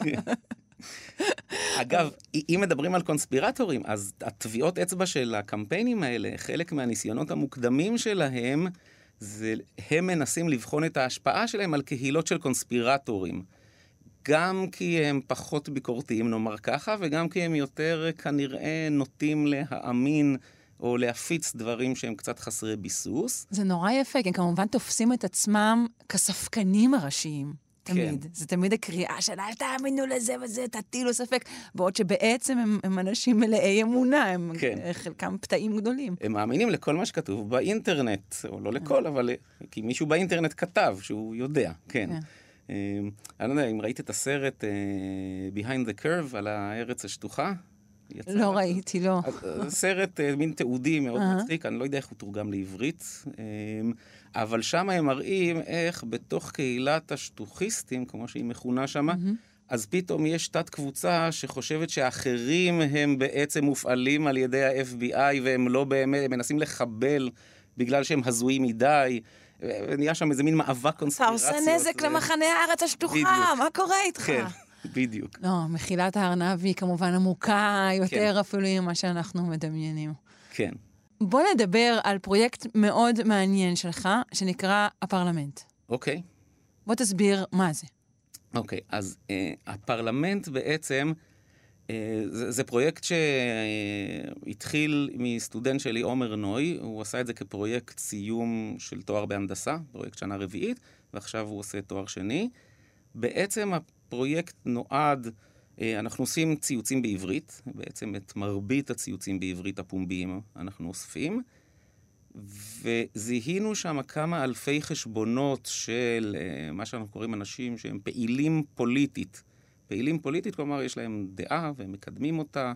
אגב, אם מדברים על קונספירטורים, אז התביעות אצבע של הקמפיינים האלה, חלק מהניסיונות המוקדמים שלהם, זה הם מנסים לבחון את ההשפעה שלהם על קהילות של קונספירטורים. גם כי הם פחות ביקורתיים, נאמר ככה, וגם כי הם יותר כנראה נוטים להאמין או להפיץ דברים שהם קצת חסרי ביסוס. זה נורא יפה, כי הם כמובן תופסים את עצמם כספקנים הראשיים. תמיד. כן. זה תמיד הקריאה של, אל תאמינו לזה וזה, תטילו ספק. בעוד שבעצם הם, הם אנשים מלאי אמונה, הם כן. חלקם פתאים גדולים. הם מאמינים לכל מה שכתוב באינטרנט, או לא לכל, אבל כי מישהו באינטרנט כתב שהוא יודע, כן. כן. אני לא יודע, אם ראית את הסרט uh, Behind the Curve על הארץ השטוחה, לא ראיתי, לא. סרט מין תיעודי מאוד מצחיק, אני לא יודע איך הוא תורגם לעברית, אבל שם הם מראים איך בתוך קהילת השטוחיסטים, כמו שהיא מכונה שם, אז פתאום יש תת קבוצה שחושבת שאחרים הם בעצם מופעלים על ידי ה-אף בי איי, והם לא באמת, הם מנסים לחבל בגלל שהם הזויים מדי, ונהיה שם איזה מין מאבק קונספירציות. אתה עושה נזק למחנה הארץ השטוחה, מה קורה איתך? כן. בדיוק. לא, מחילת הארנב היא כמובן עמוקה יותר כן. אפילו ממה שאנחנו מדמיינים. כן. בוא נדבר על פרויקט מאוד מעניין שלך, שנקרא הפרלמנט. אוקיי. בוא תסביר מה זה. אוקיי, אז אה, הפרלמנט בעצם, זה, זה פרויקט שהתחיל מסטודנט שלי, עומר נוי, הוא עשה את זה כפרויקט סיום של תואר בהנדסה, פרויקט שנה רביעית, ועכשיו הוא עושה תואר שני. בעצם הפרויקט נועד, אנחנו עושים ציוצים בעברית, בעצם את מרבית הציוצים בעברית הפומביים אנחנו אוספים, וזיהינו שם כמה אלפי חשבונות של מה שאנחנו קוראים אנשים שהם פעילים פוליטית. פעילים פוליטית, כלומר, יש להם דעה והם מקדמים אותה,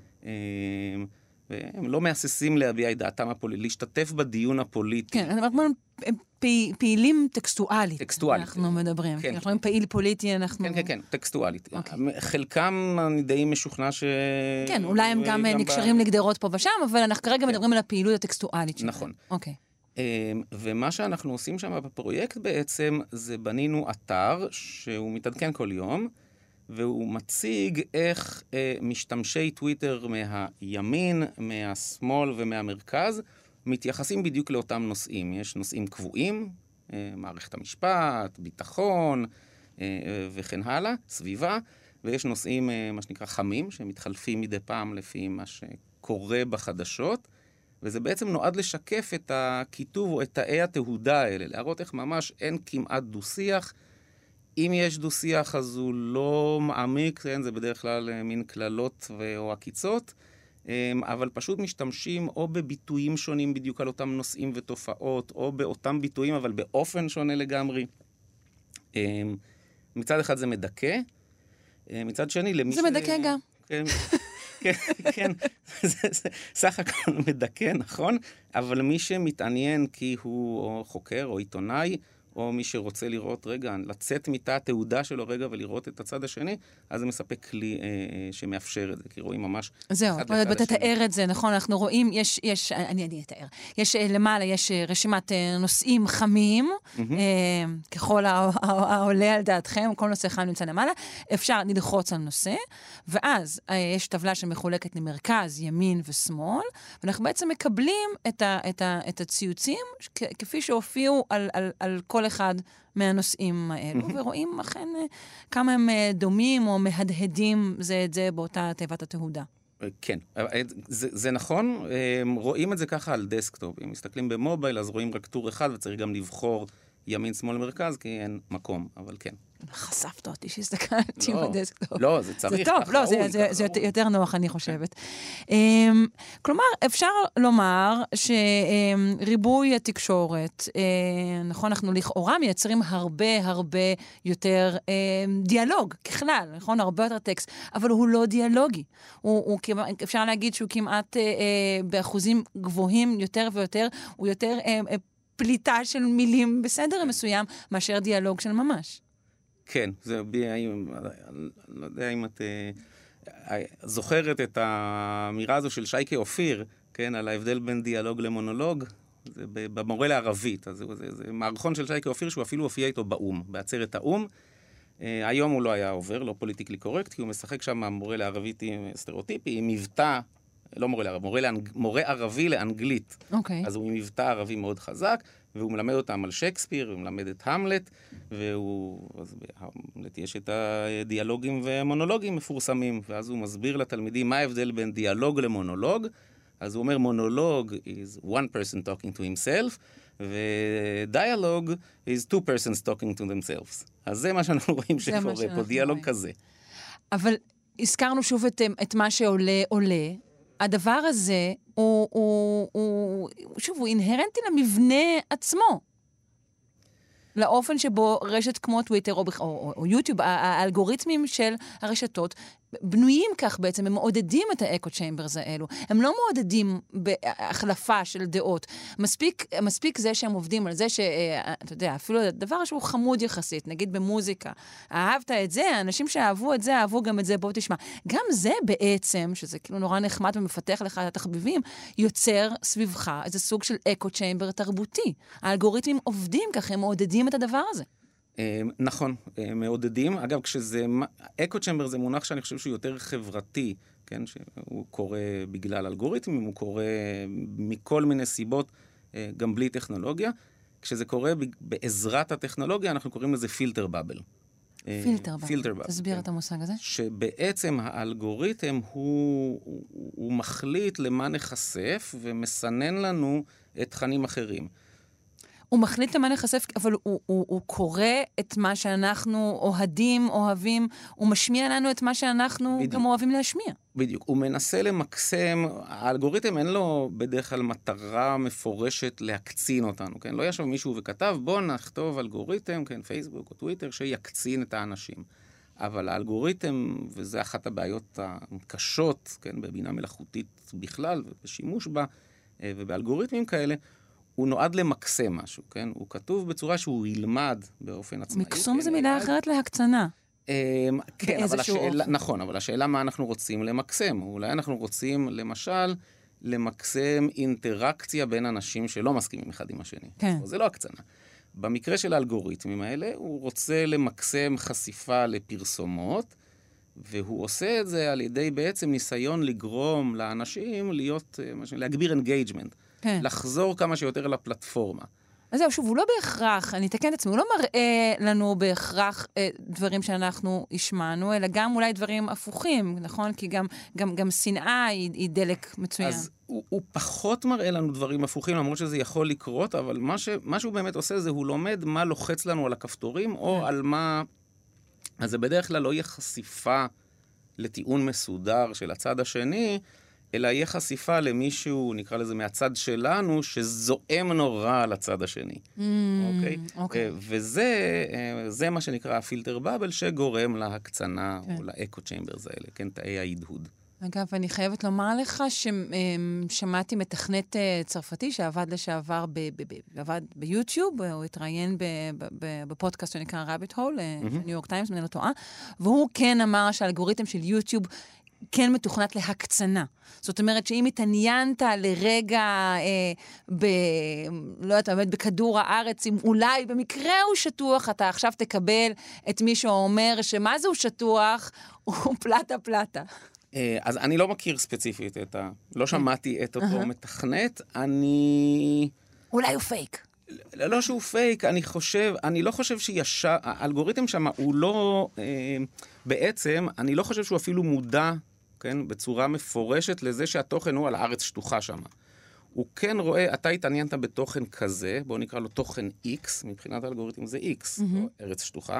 והם לא מהססים להביע את דעתם הפוליטית, להשתתף בדיון הפוליטי. כן, אני אומרת, פעילים טקסטואלית. טקסטואלית. אנחנו מדברים. אנחנו אומרים פעיל פוליטי, אנחנו... כן, כן, כן, טקסטואלית. חלקם אני די משוכנע ש... כן, אולי הם גם נקשרים לגדרות פה ושם, אבל אנחנו כרגע מדברים על הפעילות הטקסטואלית שלהם. נכון. אוקיי. ומה שאנחנו עושים שם בפרויקט בעצם, זה בנינו אתר שהוא מתעדכן כל יום, והוא מציג איך אה, משתמשי טוויטר מהימין, מהשמאל ומהמרכז מתייחסים בדיוק לאותם נושאים. יש נושאים קבועים, אה, מערכת המשפט, ביטחון אה, אה, וכן הלאה, סביבה, ויש נושאים, אה, מה שנקרא, חמים, שמתחלפים מדי פעם לפי מה שקורה בחדשות, וזה בעצם נועד לשקף את הכיתוב או את תאי התהודה האלה, להראות איך ממש אין כמעט דו-שיח, אם יש דו-שיח אז הוא לא מעמיק, כן? זה בדרך כלל מין כללות או עקיצות, אבל פשוט משתמשים או בביטויים שונים בדיוק על אותם נושאים ותופעות, או באותם ביטויים אבל באופן שונה לגמרי. מצד אחד זה מדכא, מצד שני למי זה ש... מדכא גם. כן, כן, כן. זה, זה, סך הכל מדכא, נכון? אבל מי שמתעניין כי הוא או חוקר או עיתונאי, או מי שרוצה לראות רגע, לצאת מתא התעודה שלו רגע ולראות את הצד השני, אז זה מספק כלי אה, שמאפשר את זה, כי רואים ממש... זהו, ואתה תאר את זה, נכון? אנחנו רואים, יש, יש, אני, אני אתאר, יש למעלה, יש רשימת נושאים חמים, mm-hmm. אה, ככל העולה על דעתכם, כל נושא חם נמצא למעלה, אפשר ללחוץ על נושא, ואז אה, יש טבלה שמחולקת למרכז, ימין ושמאל, ואנחנו בעצם מקבלים את, ה, את, ה, את הציוצים, כ, כפי שהופיעו על, על, על כל אחד מהנושאים האלו, ורואים אכן כמה הם דומים או מהדהדים זה את זה באותה תיבת התהודה. כן, זה, זה נכון, רואים את זה ככה על דסקטופ, אם מסתכלים במובייל אז רואים רק טור אחד וצריך גם לבחור ימין, שמאל, מרכז, כי אין מקום, אבל כן. חשפת אותי שהסתכלתי בדסקטופ. לא, זה צריך. זה טוב, לא, זה יותר נוח, אני חושבת. כלומר, אפשר לומר שריבוי התקשורת, נכון, אנחנו לכאורה מייצרים הרבה הרבה יותר דיאלוג, ככלל, נכון, הרבה יותר טקסט, אבל הוא לא דיאלוגי. אפשר להגיד שהוא כמעט באחוזים גבוהים יותר ויותר, הוא יותר פליטה של מילים בסדר מסוים, מאשר דיאלוג של ממש. כן, זה, אני לא יודע אם את זוכרת את האמירה הזו של שייקה אופיר, כן, על ההבדל בין דיאלוג למונולוג, זה במורה לערבית, אז זה, זה, זה מערכון של שייקה אופיר שהוא אפילו הופיע איתו באום, בעצרת האום. היום הוא לא היה עובר, לא פוליטיקלי קורקט, כי הוא משחק שם מורה לערבית סטריאוטיפי, עם מבטא, לא מורה לערבית, מורה, לאנג... מורה ערבי לאנגלית. אוקיי. אז הוא עם מבטא ערבי מאוד חזק, והוא מלמד אותם על שייקספיר, הוא מלמד את המלט, והוא... אז בהמלט יש את הדיאלוגים והמונולוגים מפורסמים, ואז הוא מסביר לתלמידים מה ההבדל בין דיאלוג למונולוג, אז הוא אומר, מונולוג is one person talking to himself, ודיאלוג is two persons talking to themselves. אז זה מה שאנחנו רואים שקורה פה, דיאלוג רואים. כזה. אבל הזכרנו שוב את, את מה שעולה עולה, הדבר הזה הוא, הוא, הוא, שוב, הוא אינהרנטי למבנה עצמו. לאופן שבו רשת כמו טוויטר או, או, או יוטיוב, האלגוריתמים של הרשתות, בנויים כך בעצם, הם מעודדים את האקו צ'יימברס האלו. הם לא מעודדים בהחלפה של דעות. מספיק, מספיק זה שהם עובדים על זה שאתה יודע, אפילו דבר שהוא חמוד יחסית, נגיד במוזיקה. אהבת את זה, האנשים שאהבו את זה, אהבו גם את זה, בוא תשמע. גם זה בעצם, שזה כאילו נורא נחמד ומפתח לך את התחביבים, יוצר סביבך איזה סוג של אקו צ'יימבר תרבותי. האלגוריתמים עובדים כך, הם מעודדים את הדבר הזה. נכון, מעודדים. אגב, כשזה, אקו צ'מבר זה מונח שאני חושב שהוא יותר חברתי, כן? שהוא קורה בגלל אלגוריתמים, הוא קורה מכל מיני סיבות, גם בלי טכנולוגיה. כשזה קורה בעזרת הטכנולוגיה, אנחנו קוראים לזה פילטר בבל. פילטר באבל. פילטר באבל. תסביר כן. את המושג הזה. שבעצם האלגוריתם הוא, הוא, הוא מחליט למה נחשף ומסנן לנו את תכנים אחרים. הוא מחליט למה נחשף, אבל הוא, הוא, הוא קורא את מה שאנחנו אוהדים, אוהבים, הוא משמיע לנו את מה שאנחנו בדיוק. גם אוהבים להשמיע. בדיוק, הוא מנסה למקסם, האלגוריתם אין לו בדרך כלל מטרה מפורשת להקצין אותנו, כן? לא ישב מישהו וכתב, בוא נכתוב אלגוריתם, כן, פייסבוק או טוויטר, שיקצין את האנשים. אבל האלגוריתם, וזה אחת הבעיות הקשות, כן, בבינה מלאכותית בכלל, ובשימוש בה, ובאלגוריתמים כאלה, הוא נועד למקסם משהו, כן? הוא כתוב בצורה שהוא ילמד באופן עצמאי. מקסום זה מילה אחרת להקצנה. כן, אבל השאלה, נכון, אבל השאלה מה אנחנו רוצים למקסם. אולי אנחנו רוצים, למשל, למקסם אינטראקציה בין אנשים שלא מסכימים אחד עם השני. כן. זה לא הקצנה. במקרה של האלגוריתמים האלה, הוא רוצה למקסם חשיפה לפרסומות, והוא עושה את זה על ידי בעצם ניסיון לגרום לאנשים להיות, להגביר אינגייג'מנט. כן. לחזור כמה שיותר לפלטפורמה. אז זהו, שוב, הוא לא בהכרח, אני אתקן את עצמי, הוא לא מראה לנו בהכרח אה, דברים שאנחנו השמענו, אלא גם אולי דברים הפוכים, נכון? כי גם, גם, גם שנאה היא, היא דלק מצוין. אז הוא, הוא פחות מראה לנו דברים הפוכים, למרות שזה יכול לקרות, אבל מה, ש, מה שהוא באמת עושה זה, הוא לומד מה לוחץ לנו על הכפתורים, או כן. על מה... אז זה בדרך כלל לא יהיה חשיפה לטיעון מסודר של הצד השני, אלא יהיה חשיפה למישהו, נקרא לזה מהצד שלנו, שזועם נורא על הצד השני. Mm, אוקיי? אוקיי. וזה זה מה שנקרא הפילטר באבל, שגורם להקצנה, כן. או לאקו צ'יימברס האלה, כן, תאי ההדהוד. אגב, אני חייבת לומר לך ששמעתי מתכנת צרפתי שעבד לשעבר ב- ב- ב- עבד ביוטיוב, הוא התראיין ב- ב- בפודקאסט שנקרא רביט הול, ניו יורק טיימס, אני לא טועה, והוא כן אמר שהאלגוריתם של יוטיוב כן מתוכנת להקצנה. זאת אומרת שאם התעניינת לרגע אה, ב... לא יודעת, באמת בכדור הארץ, אם אולי במקרה הוא שטוח, אתה עכשיו תקבל את מי שאומר שמה זה הוא שטוח, הוא פלטה פלטה. אז אני לא מכיר ספציפית את ה... לא שמעתי את אותו מתכנת, אני... אולי הוא פייק. לא שהוא פייק, אני חושב, אני לא חושב שישר... האלגוריתם שם הוא לא... בעצם, אני לא חושב שהוא אפילו מודע, כן, בצורה מפורשת לזה שהתוכן הוא על הארץ שטוחה שם. הוא כן רואה, אתה התעניינת בתוכן כזה, בואו נקרא לו תוכן X, מבחינת האלגוריתם זה X, mm-hmm. או ארץ שטוחה.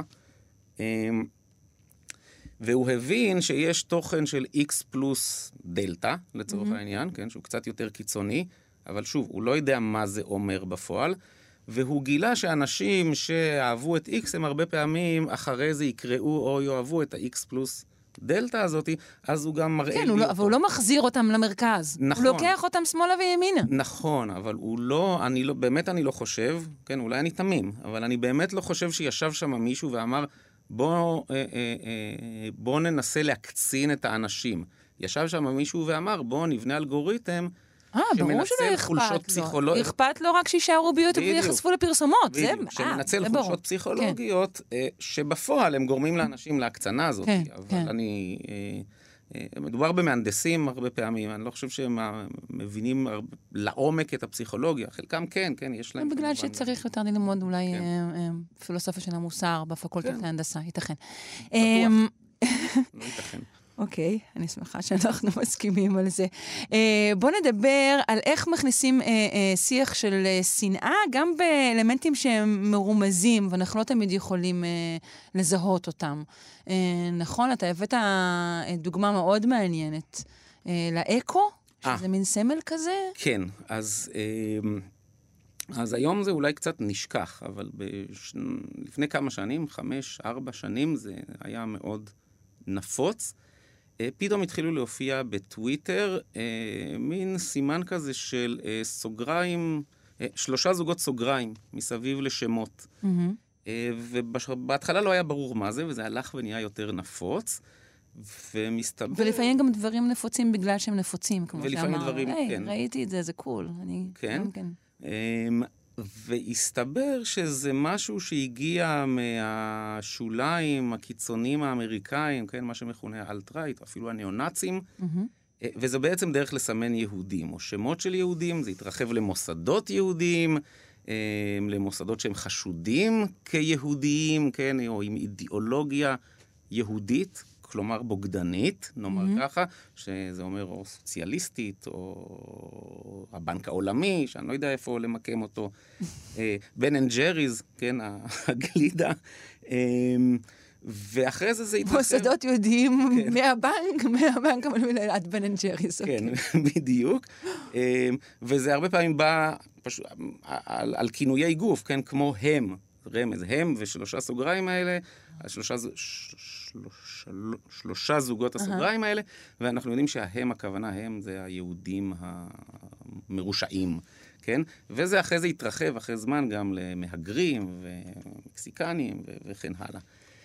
והוא הבין שיש תוכן של X פלוס דלטה, לצורך mm-hmm. העניין, כן, שהוא קצת יותר קיצוני, אבל שוב, הוא לא יודע מה זה אומר בפועל, והוא גילה שאנשים שאהבו את X הם הרבה פעמים אחרי זה יקראו או יאהבו את ה-X פלוס דלטה הזאת, אז הוא גם מראה כן, לי הוא לא, אותו. אבל הוא לא מחזיר אותם למרכז. נכון. הוא לוקח אותם שמאלה וימינה. נכון, אבל הוא לא, אני לא, באמת אני לא חושב, כן, אולי אני תמים, אבל אני באמת לא חושב שישב שם מישהו ואמר, בוא, אה, אה, אה, בוא ננסה להקצין את האנשים. ישב שם מישהו ואמר, בוא נבנה אלגוריתם, אה, ברור שלא אכפת לו. אכפת לו רק שישארו ביוטיוב ויחשפו לפרסומות. שמנצל חולשות פסיכולוגיות, שבפועל הם גורמים לאנשים להקצנה הזאת. אבל אני... מדובר במהנדסים הרבה פעמים, אני לא חושב שהם מבינים לעומק את הפסיכולוגיה. חלקם כן, כן, יש להם... בגלל שצריך יותר ללמוד אולי פילוסופיה של המוסר בפקולטות להנדסה, ייתכן. בטוח. לא ייתכן. אוקיי, אני שמחה שאנחנו מסכימים על זה. בוא נדבר על איך מכניסים שיח של שנאה, גם באלמנטים שהם מרומזים, ואנחנו לא תמיד יכולים לזהות אותם. נכון, אתה הבאת דוגמה מאוד מעניינת. לאקו, שזה מין סמל כזה? כן, אז... אז היום זה אולי קצת נשכח, אבל בש... לפני כמה שנים, חמש, ארבע שנים, זה היה מאוד נפוץ. פתאום התחילו להופיע בטוויטר, מין סימן כזה של סוגריים, שלושה זוגות סוגריים מסביב לשמות. Mm-hmm. ובהתחלה לא היה ברור מה זה, וזה הלך ונהיה יותר נפוץ. ומסתבר... ולפעמים גם דברים נפוצים בגלל שהם נפוצים, כמו ולפעמים שאמר, דברים, היי, כן. ראיתי את זה, זה קול. אני כן. גם כן. והסתבר שזה משהו שהגיע מהשוליים הקיצוניים האמריקאים, כן, מה שמכונה אלט-רייט, אפילו הניאו-נאצים, mm-hmm. וזה בעצם דרך לסמן יהודים, או שמות של יהודים, זה התרחב למוסדות יהודים, למוסדות שהם חשודים כיהודיים, כן, או עם אידיאולוגיה יהודית, כלומר בוגדנית, נאמר mm-hmm. ככה, שזה אומר או סוציאליסטית, או הבנק העולמי, שאני לא יודע איפה למקם אותו, בן אנד ג'ריז, כן, הגלידה, ואחרי זה זה התרחב. מוסדות יהודיים כן. מהבנק, מהבנק, אבל עד בן אנד ג'ריז. כן, okay. בדיוק. וזה הרבה פעמים בא פשוט, על, על כינויי גוף, כן, כמו הם, רמז, הם ושלושה סוגריים האלה, שלושה, שלושה, שלושה זוגות הסוגריים uh-huh. האלה, ואנחנו יודעים שההם, הכוונה הם, זה היהודים המרושעים, כן? וזה אחרי זה התרחב, אחרי זמן, גם למהגרים ומקסיקנים ו- וכן הלאה.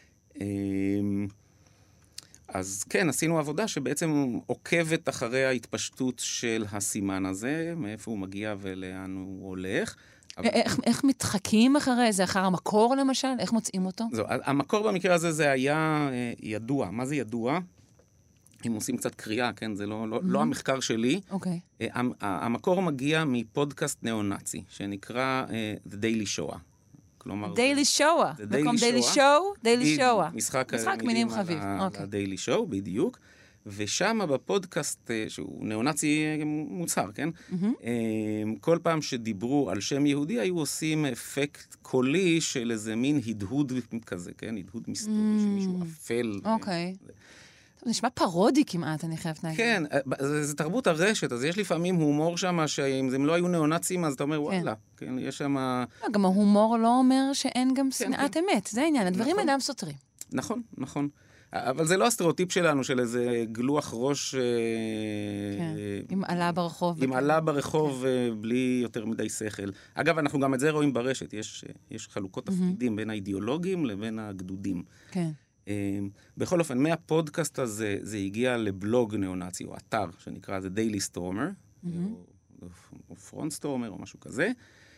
אז כן, עשינו עבודה שבעצם עוקבת אחרי ההתפשטות של הסימן הזה, מאיפה הוא מגיע ולאן הוא הולך. איך, איך מתחקים אחרי זה? אחר המקור למשל? איך מוצאים אותו? זו, המקור במקרה הזה זה היה ידוע. מה זה ידוע? אם עושים קצת קריאה, כן? זה לא, לא, mm-hmm. לא המחקר שלי. אוקיי. Okay. המקור מגיע מפודקאסט ניאו-נאצי, שנקרא uh, The Daily Show. כלומר... דיילי שואו. במקום דיילי שואו, דיילי שואו. משחק מילים חביב. הדיילי שואו, בדיוק. ושם בפודקאסט, שהוא ניאו-נאצי מוצהר, כן? כל פעם שדיברו על שם יהודי, היו עושים אפקט קולי של איזה מין הדהוד כזה, כן? הדהוד מסתורי, שמישהו אפל. אוקיי. זה נשמע פרודי כמעט, אני חייבת להגיד. כן, זה תרבות הרשת, אז יש לפעמים הומור שם, שאם הם לא היו ניאו-נאצים, אז אתה אומר, וואלה, כן, יש שם... גם ההומור לא אומר שאין גם שנאת אמת, זה העניין, הדברים אינם סותרים. נכון, נכון. אבל זה לא הסטריאוטיפ שלנו, של איזה גלוח ראש... כן, עם עלה ברחוב. עם עלה ברחוב בלי יותר מדי שכל. אגב, אנחנו גם את זה רואים ברשת, יש חלוקות תפקידים בין האידיאולוגים לבין הגדודים. כן. בכל אופן, מהפודקאסט הזה, זה הגיע לבלוג ניאו-נאצי, או אתר, שנקרא The Daily Stormer, או Front Stormer, או משהו כזה,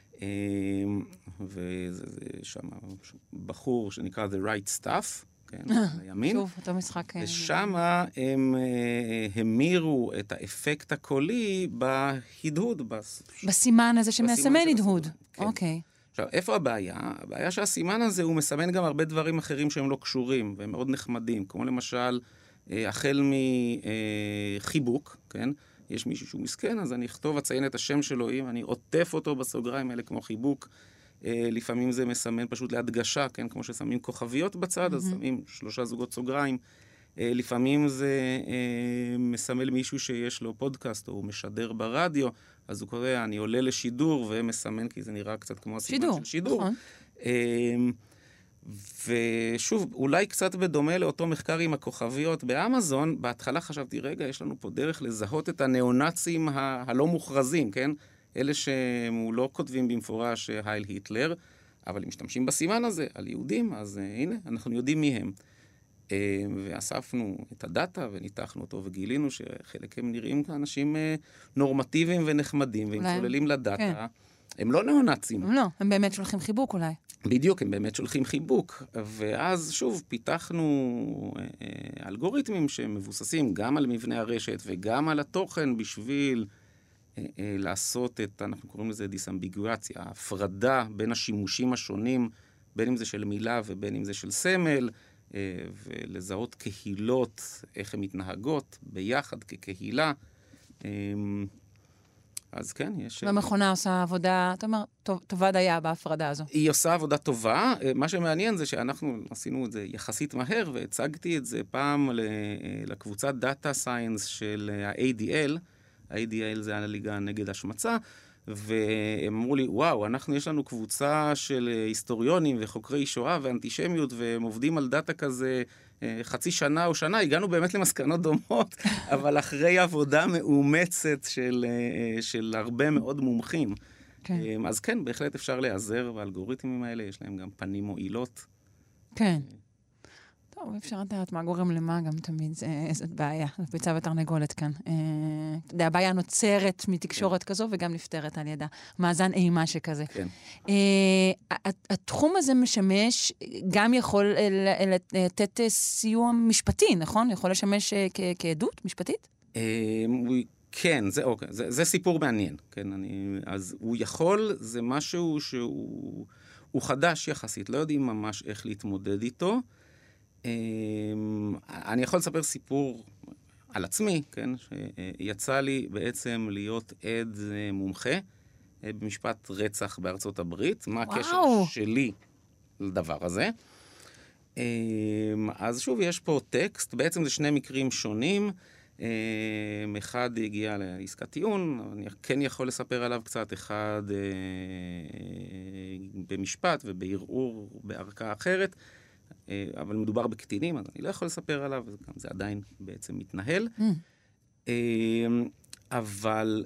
וזה שם בחור שנקרא The Right Stuff, כן, הימין. שוב, אותו משחק. ושם הם המירו את האפקט הקולי בהדהוד. בסימן הזה שמסמן הדהוד. אוקיי. עכשיו, איפה הבעיה? הבעיה שהסימן הזה הוא מסמן גם הרבה דברים אחרים שהם לא קשורים, והם מאוד נחמדים, כמו למשל, החל מחיבוק, כן? יש מישהו שהוא מסכן, אז אני אכתוב, אציין את השם שלו, אם אני עוטף אותו בסוגריים האלה כמו חיבוק, לפעמים זה מסמן פשוט להדגשה, כן? כמו ששמים כוכביות בצד, אז שמים שלושה זוגות סוגריים. לפעמים זה מסמל מישהו שיש לו פודקאסט, או הוא משדר ברדיו, אז הוא קורא, אני עולה לשידור, ומסמן, כי זה נראה קצת כמו הסימן שידור, של שידור. נכון. ושוב, אולי קצת בדומה לאותו מחקר עם הכוכביות באמזון, בהתחלה חשבתי, רגע, יש לנו פה דרך לזהות את הניאו-נאצים ה- הלא מוכרזים, כן? אלה שהם לא כותבים במפורש הייל היטלר, אבל הם משתמשים בסימן הזה על יהודים, אז uh, הנה, אנחנו יודעים מי הם. Uh, ואספנו את הדאטה וניתחנו אותו, וגילינו שחלק הם נראים כאנשים uh, נורמטיביים ונחמדים, והם צוללים לדאטה. כן. הם לא ניאו-נאצים. הם לא, הם באמת שולחים חיבוק אולי. בדיוק, הם באמת שולחים חיבוק. ואז שוב, פיתחנו uh, uh, אלגוריתמים שמבוססים גם על מבנה הרשת וגם על התוכן בשביל... לעשות את, אנחנו קוראים לזה דיסאמביגואציה, ההפרדה בין השימושים השונים, בין אם זה של מילה ובין אם זה של סמל, ולזהות קהילות, איך הן מתנהגות ביחד כקהילה. אז כן, יש... והמכונה עושה עבודה, אתה אומר, טובה דייה בהפרדה הזו. היא עושה עבודה טובה. מה שמעניין זה שאנחנו עשינו את זה יחסית מהר, והצגתי את זה פעם לקבוצת דאטה סיינס של ה-איי די אל, ה-איי די אל זה הליגה נגד השמצה, והם אמרו לי, וואו, אנחנו יש לנו קבוצה של היסטוריונים וחוקרי שואה ואנטישמיות, והם עובדים על דאטה כזה חצי שנה או שנה, הגענו באמת למסקנות דומות, אבל אחרי עבודה מאומצת של, של הרבה מאוד מומחים. כן. אז כן, בהחלט אפשר להיעזר, והאלגוריתמים האלה יש להם גם פנים מועילות. כן. טוב, אפשר לדעת מה גורם למה גם תמיד, זאת בעיה, זאת ביצה ותרנגולת כאן. אתה יודע, הבעיה נוצרת מתקשורת כזו וגם נפטרת על ידה. מאזן אימה שכזה. כן. התחום הזה משמש, גם יכול לתת סיוע משפטי, נכון? יכול לשמש כעדות משפטית? כן, זה, אוקיי, זה, זה סיפור מעניין, כן, אני, אז הוא יכול, זה משהו שהוא הוא חדש יחסית, לא יודעים ממש איך להתמודד איתו. אני יכול לספר סיפור על עצמי, כן, שיצא לי בעצם להיות עד מומחה במשפט רצח בארצות הברית, מה הקשר שלי לדבר הזה. אז שוב, יש פה טקסט, בעצם זה שני מקרים שונים, אחד הגיע לעסקת טיעון, אני כן יכול לספר עליו קצת, אחד במשפט ובערעור בערכאה אחרת, אבל מדובר בקטינים, אז אני לא יכול לספר עליו, גם זה עדיין בעצם מתנהל. Mm. אבל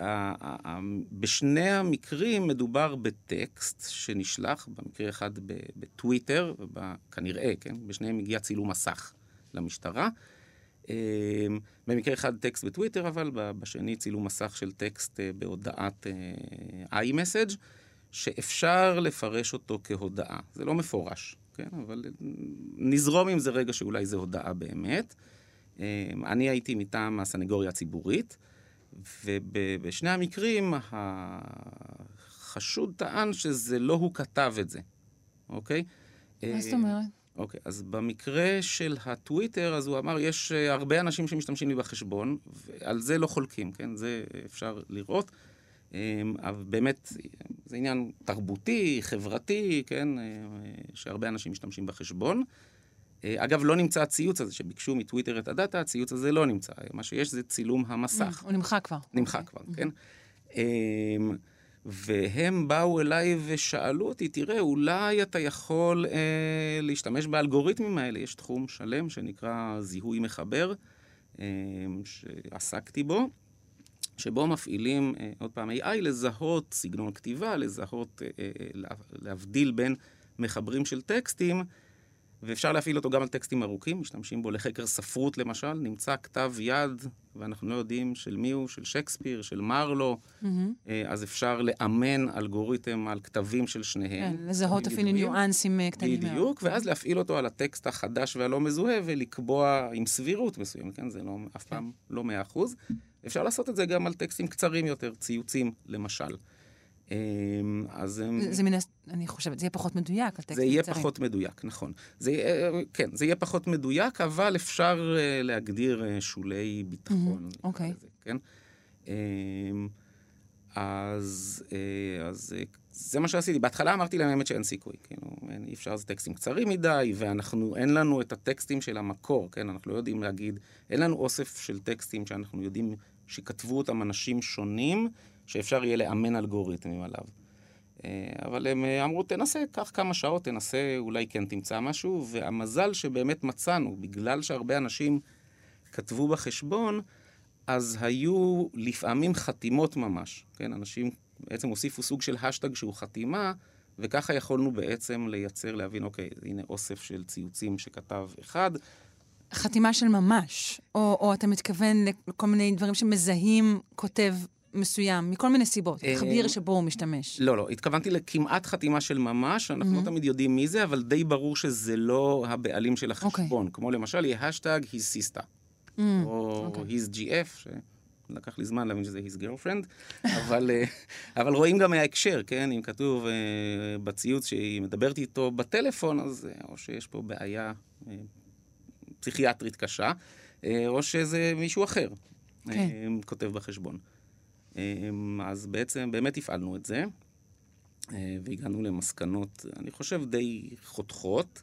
בשני המקרים מדובר בטקסט שנשלח, במקרה אחד בטוויטר, וכנראה, כן, בשניהם הגיע צילום מסך למשטרה. במקרה אחד טקסט בטוויטר, אבל בשני צילום מסך של טקסט בהודעת iMessage, שאפשר לפרש אותו כהודעה. זה לא מפורש, כן? אבל נזרום עם זה רגע שאולי זה הודעה באמת. אני הייתי מטעם הסנגוריה הציבורית, ובשני המקרים החשוד טען שזה לא הוא כתב את זה, אוקיי? מה זאת אומרת? אוקיי, אז במקרה של הטוויטר, אז הוא אמר, יש הרבה אנשים שמשתמשים לי בחשבון, ועל זה לא חולקים, כן? זה אפשר לראות. אבל באמת, זה עניין תרבותי, חברתי, כן? שהרבה אנשים משתמשים בחשבון. אגב, לא נמצא הציוץ הזה, שביקשו מטוויטר את הדאטה, הציוץ הזה לא נמצא. מה שיש זה צילום המסך. הוא נמחק כבר. נמחק כבר, כן? והם באו אליי ושאלו אותי, תראה, אולי אתה יכול אה, להשתמש באלגוריתמים האלה. יש תחום שלם שנקרא זיהוי מחבר, אה, שעסקתי בו, שבו מפעילים, אה, עוד פעם, איי איי, לזהות סגנון כתיבה, לזהות, אה, אה, להבדיל בין מחברים של טקסטים, ואפשר להפעיל אותו גם על טקסטים ארוכים, משתמשים בו לחקר ספרות למשל, נמצא כתב יד, ואנחנו לא יודעים של מי הוא, של שייקספיר, של מרלו, mm-hmm. אז אפשר לאמן אלגוריתם על כתבים של שניהם. כן, לזהות אפילו ניואנסים קטנים מאוד. בדיוק, ואז להפעיל אותו על הטקסט החדש והלא מזוהה, ולקבוע עם סבירות מסוימת, כן? זה לא, אף פעם לא מאה אחוז. אפשר לעשות את זה גם על טקסטים קצרים יותר, ציוצים למשל. אז זה מן, אני חושבת, זה יהיה פחות מדויק על טקסטים קצרים. זה יהיה קצרים. פחות מדויק, נכון. זה, כן, זה יהיה פחות מדויק, אבל אפשר להגדיר שולי ביטחון. אוקיי. כן? אז, אז זה מה שעשיתי. בהתחלה אמרתי להם האמת שאין סיכוי. כאילו, אי אפשר, זה טקסטים קצרים מדי, ואנחנו, אין לנו את הטקסטים של המקור, כן? אנחנו לא יודעים להגיד, אין לנו אוסף של טקסטים שאנחנו יודעים שכתבו אותם אנשים שונים, שאפשר יהיה לאמן אלגוריתמים עליו. אבל הם אמרו, תנסה, קח כמה שעות, תנסה, אולי כן תמצא משהו, והמזל שבאמת מצאנו, בגלל שהרבה אנשים כתבו בחשבון, אז היו לפעמים חתימות ממש, כן? אנשים בעצם הוסיפו סוג של השטג שהוא חתימה, וככה יכולנו בעצם לייצר, להבין, אוקיי, הנה אוסף של ציוצים שכתב אחד. חתימה של ממש, או, או אתה מתכוון לכל מיני דברים שמזהים כותב מסוים, מכל מיני סיבות, חביר שבו הוא משתמש. לא, לא, התכוונתי לכמעט חתימה של ממש, אנחנו לא תמיד יודעים מי זה, אבל די ברור שזה לא הבעלים של החשבון, כמו למשל, יהיה השטג his sister, או his ג'י אף, שלקח לי זמן להבין שזה his girlfriend, אבל, אבל רואים גם מההקשר, כן? אם כתוב בציוץ שהיא מדברת איתו בטלפון, אז או שיש פה בעיה פסיכיאטרית קשה, או שזה מישהו אחר כותב בחשבון. אז בעצם באמת הפעלנו את זה, והגענו למסקנות, אני חושב, די חותכות.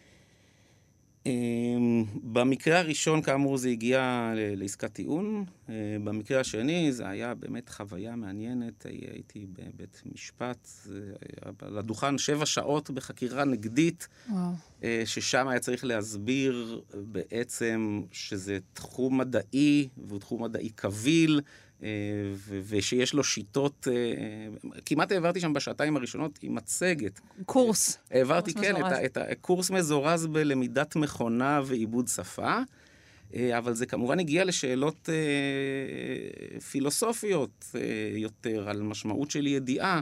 במקרה הראשון, כאמור, זה הגיע לעסקת טיעון. במקרה השני, זה היה באמת חוויה מעניינת. הייתי בבית משפט, לדוכן שבע שעות בחקירה נגדית, וואו. ששם היה צריך להסביר בעצם שזה תחום מדעי, והוא תחום מדעי קביל, ושיש לו שיטות, כמעט העברתי שם בשעתיים הראשונות עם מצגת. קורס. העברתי, כן, את הקורס מזורז בלמידת מכונה ועיבוד שפה, אבל זה כמובן הגיע לשאלות פילוסופיות יותר, על משמעות של ידיעה,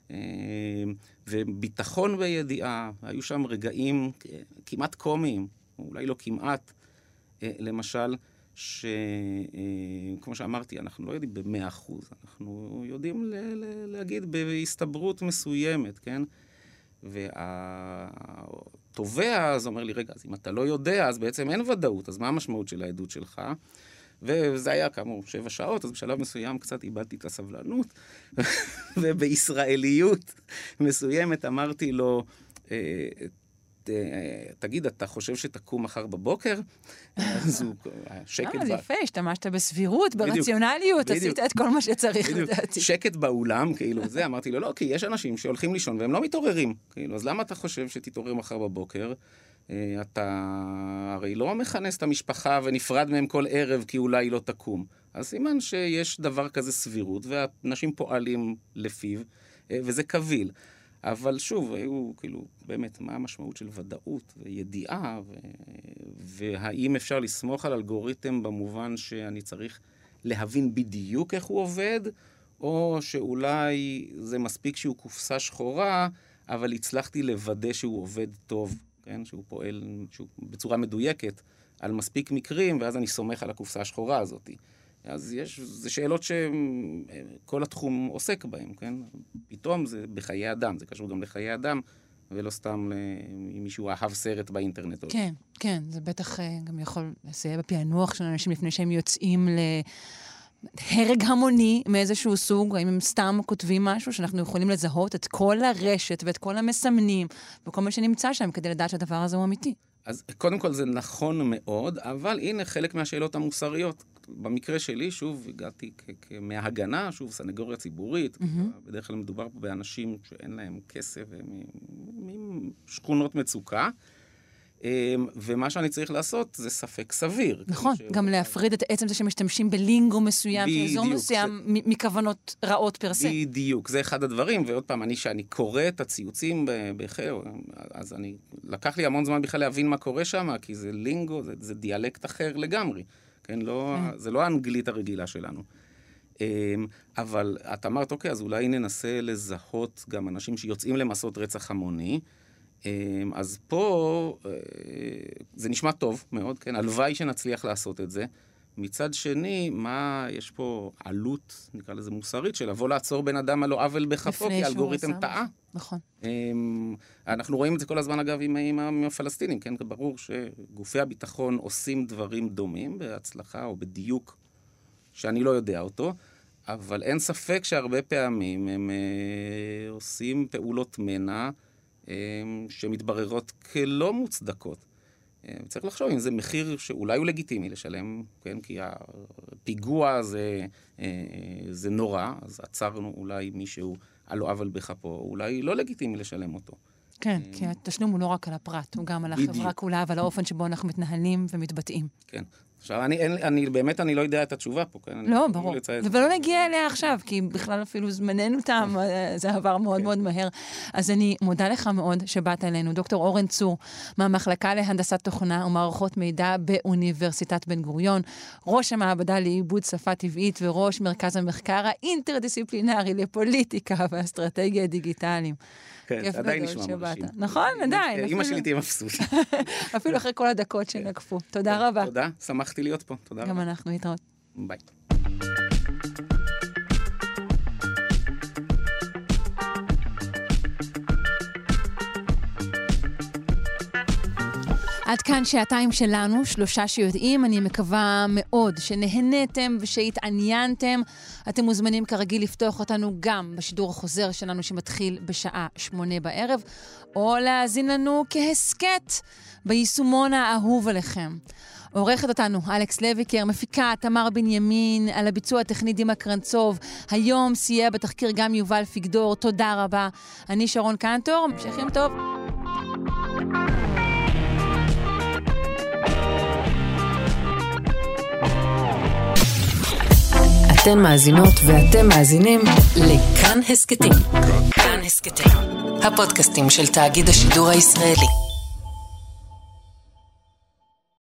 וביטחון בידיעה. היו שם רגעים כמעט קומיים, אולי לא כמעט, למשל, שכמו שאמרתי, אנחנו לא יודעים במאה אחוז, אנחנו יודעים ל- ל- להגיד בהסתברות מסוימת, כן? והתובע אז אומר לי, רגע, אז אם אתה לא יודע, אז בעצם אין ודאות, אז מה המשמעות של העדות שלך? וזה היה כאמור שבע שעות, אז בשלב מסוים קצת איבדתי את הסבלנות, ובישראליות מסוימת אמרתי לו, תגיד, אתה חושב שתקום מחר בבוקר? אז הוא שקט... למה, זה יפה, השתמשת בסבירות, ברציונליות, עשית את כל מה שצריך לדעתי. שקט באולם, כאילו, זה, אמרתי לו, לא, כי יש אנשים שהולכים לישון והם לא מתעוררים. כאילו, אז למה אתה חושב שתתעורר מחר בבוקר? אתה הרי לא מכנס את המשפחה ונפרד מהם כל ערב כי אולי לא תקום. אז סימן שיש דבר כזה סבירות, והאנשים פועלים לפיו, וזה קביל. אבל שוב, היו כאילו, באמת, מה המשמעות של ודאות וידיעה, ו... והאם אפשר לסמוך על אלגוריתם במובן שאני צריך להבין בדיוק איך הוא עובד, או שאולי זה מספיק שהוא קופסה שחורה, אבל הצלחתי לוודא שהוא עובד טוב, כן? שהוא פועל שהוא בצורה מדויקת על מספיק מקרים, ואז אני סומך על הקופסה השחורה הזאת. אז יש, זה שאלות שכל התחום עוסק בהן, כן? פתאום זה בחיי אדם, זה קשור גם לחיי אדם, ולא סתם אם מישהו אהב סרט באינטרנט. כן, כן, זה בטח גם יכול לסייע בפענוח של אנשים לפני שהם יוצאים להרג המוני מאיזשהו סוג, האם הם סתם כותבים משהו שאנחנו יכולים לזהות את כל הרשת ואת כל המסמנים וכל מה שנמצא שם כדי לדעת שהדבר הזה הוא אמיתי. אז קודם כל זה נכון מאוד, אבל הנה חלק מהשאלות המוסריות. במקרה שלי, שוב, הגעתי מההגנה, שוב, סנגוריה ציבורית, mm-hmm. בדרך כלל מדובר פה באנשים שאין להם כסף, משכונות מצוקה, ומה שאני צריך לעשות זה ספק סביר. נכון, גם להפריד את עצם זה שמשתמשים בלינגו מסוים, שאזור מסוים מכוונות רעות פרסה. בדיוק, זה אחד הדברים, ועוד פעם, אני שאני קורא את הציוצים בחר, אז אני, לקח לי המון זמן בכלל להבין מה קורה שם, כי זה לינגו, זה, זה דיאלקט אחר לגמרי. כן, לא, זה לא האנגלית הרגילה שלנו. אבל את אמרת, אוקיי, אז אולי ננסה לזהות גם אנשים שיוצאים למסעות רצח המוני. אז פה זה נשמע טוב מאוד, כן? הלוואי שנצליח לעשות את זה. מצד שני, מה, יש פה עלות, נקרא לזה מוסרית, של לבוא לעצור בן אדם על לא עוול בכפו, כי אלגוריתם טעה. נכון. אנחנו רואים את זה כל הזמן, אגב, עם, עם הפלסטינים, כן? ברור שגופי הביטחון עושים דברים דומים, בהצלחה או בדיוק שאני לא יודע אותו, אבל אין ספק שהרבה פעמים הם אה, עושים פעולות מנע אה, שמתבררות כלא מוצדקות. צריך לחשוב אם זה מחיר שאולי הוא לגיטימי לשלם, כן? כי הפיגוע זה, זה נורא, אז עצרנו אולי מישהו על לא עוול בכפו, אולי לא לגיטימי לשלם אותו. כן, כי התשלום הוא לא רק על הפרט, הוא גם על החברה כולה, ועל האופן שבו אנחנו מתנהלים ומתבטאים. כן. עכשיו, אני, אני, באמת אני לא יודע את התשובה פה, כן? לא, ברור. ולא נגיע אליה עכשיו, כי בכלל אפילו זמננו תם, זה עבר מאוד מאוד מהר. אז אני מודה לך מאוד שבאת אלינו, דוקטור אורן צור, מהמחלקה להנדסת תוכנה ומערכות מידע באוניברסיטת בן גוריון, ראש המעבדה לעיבוד שפה טבעית וראש מרכז המחקר האינטרדיסציפלינרי לפוליטיקה ואסטרטגיה דיגיטליים. כן, עדיין נשמע מרשים. נכון, עדיין. אמא שלי תהיה מבסוט. אפילו אחרי כל הדקות שנקפו. תודה רבה. תודה, שמחתי להיות פה. תודה רבה. גם אנחנו, להתראות. ביי. עד כאן שעתיים שלנו, שלושה שיודעים. אני מקווה מאוד שנהנתם ושהתעניינתם. אתם מוזמנים כרגיל לפתוח אותנו גם בשידור החוזר שלנו שמתחיל בשעה שמונה בערב, או להאזין לנו כהסקט ביישומון האהוב עליכם. עורכת אותנו אלכס לויקר, מפיקה תמר בנימין, על הביצוע הטכני דימה קרנצוב. היום סייע בתחקיר גם יובל פיגדור. תודה רבה. אני שרון קנטור, המשך יום טוב. אתן מאזינות ואתם מאזינים לכאן הסקטים. כאן הסקטים, הפודקאסטים של תאגיד השידור הישראלי.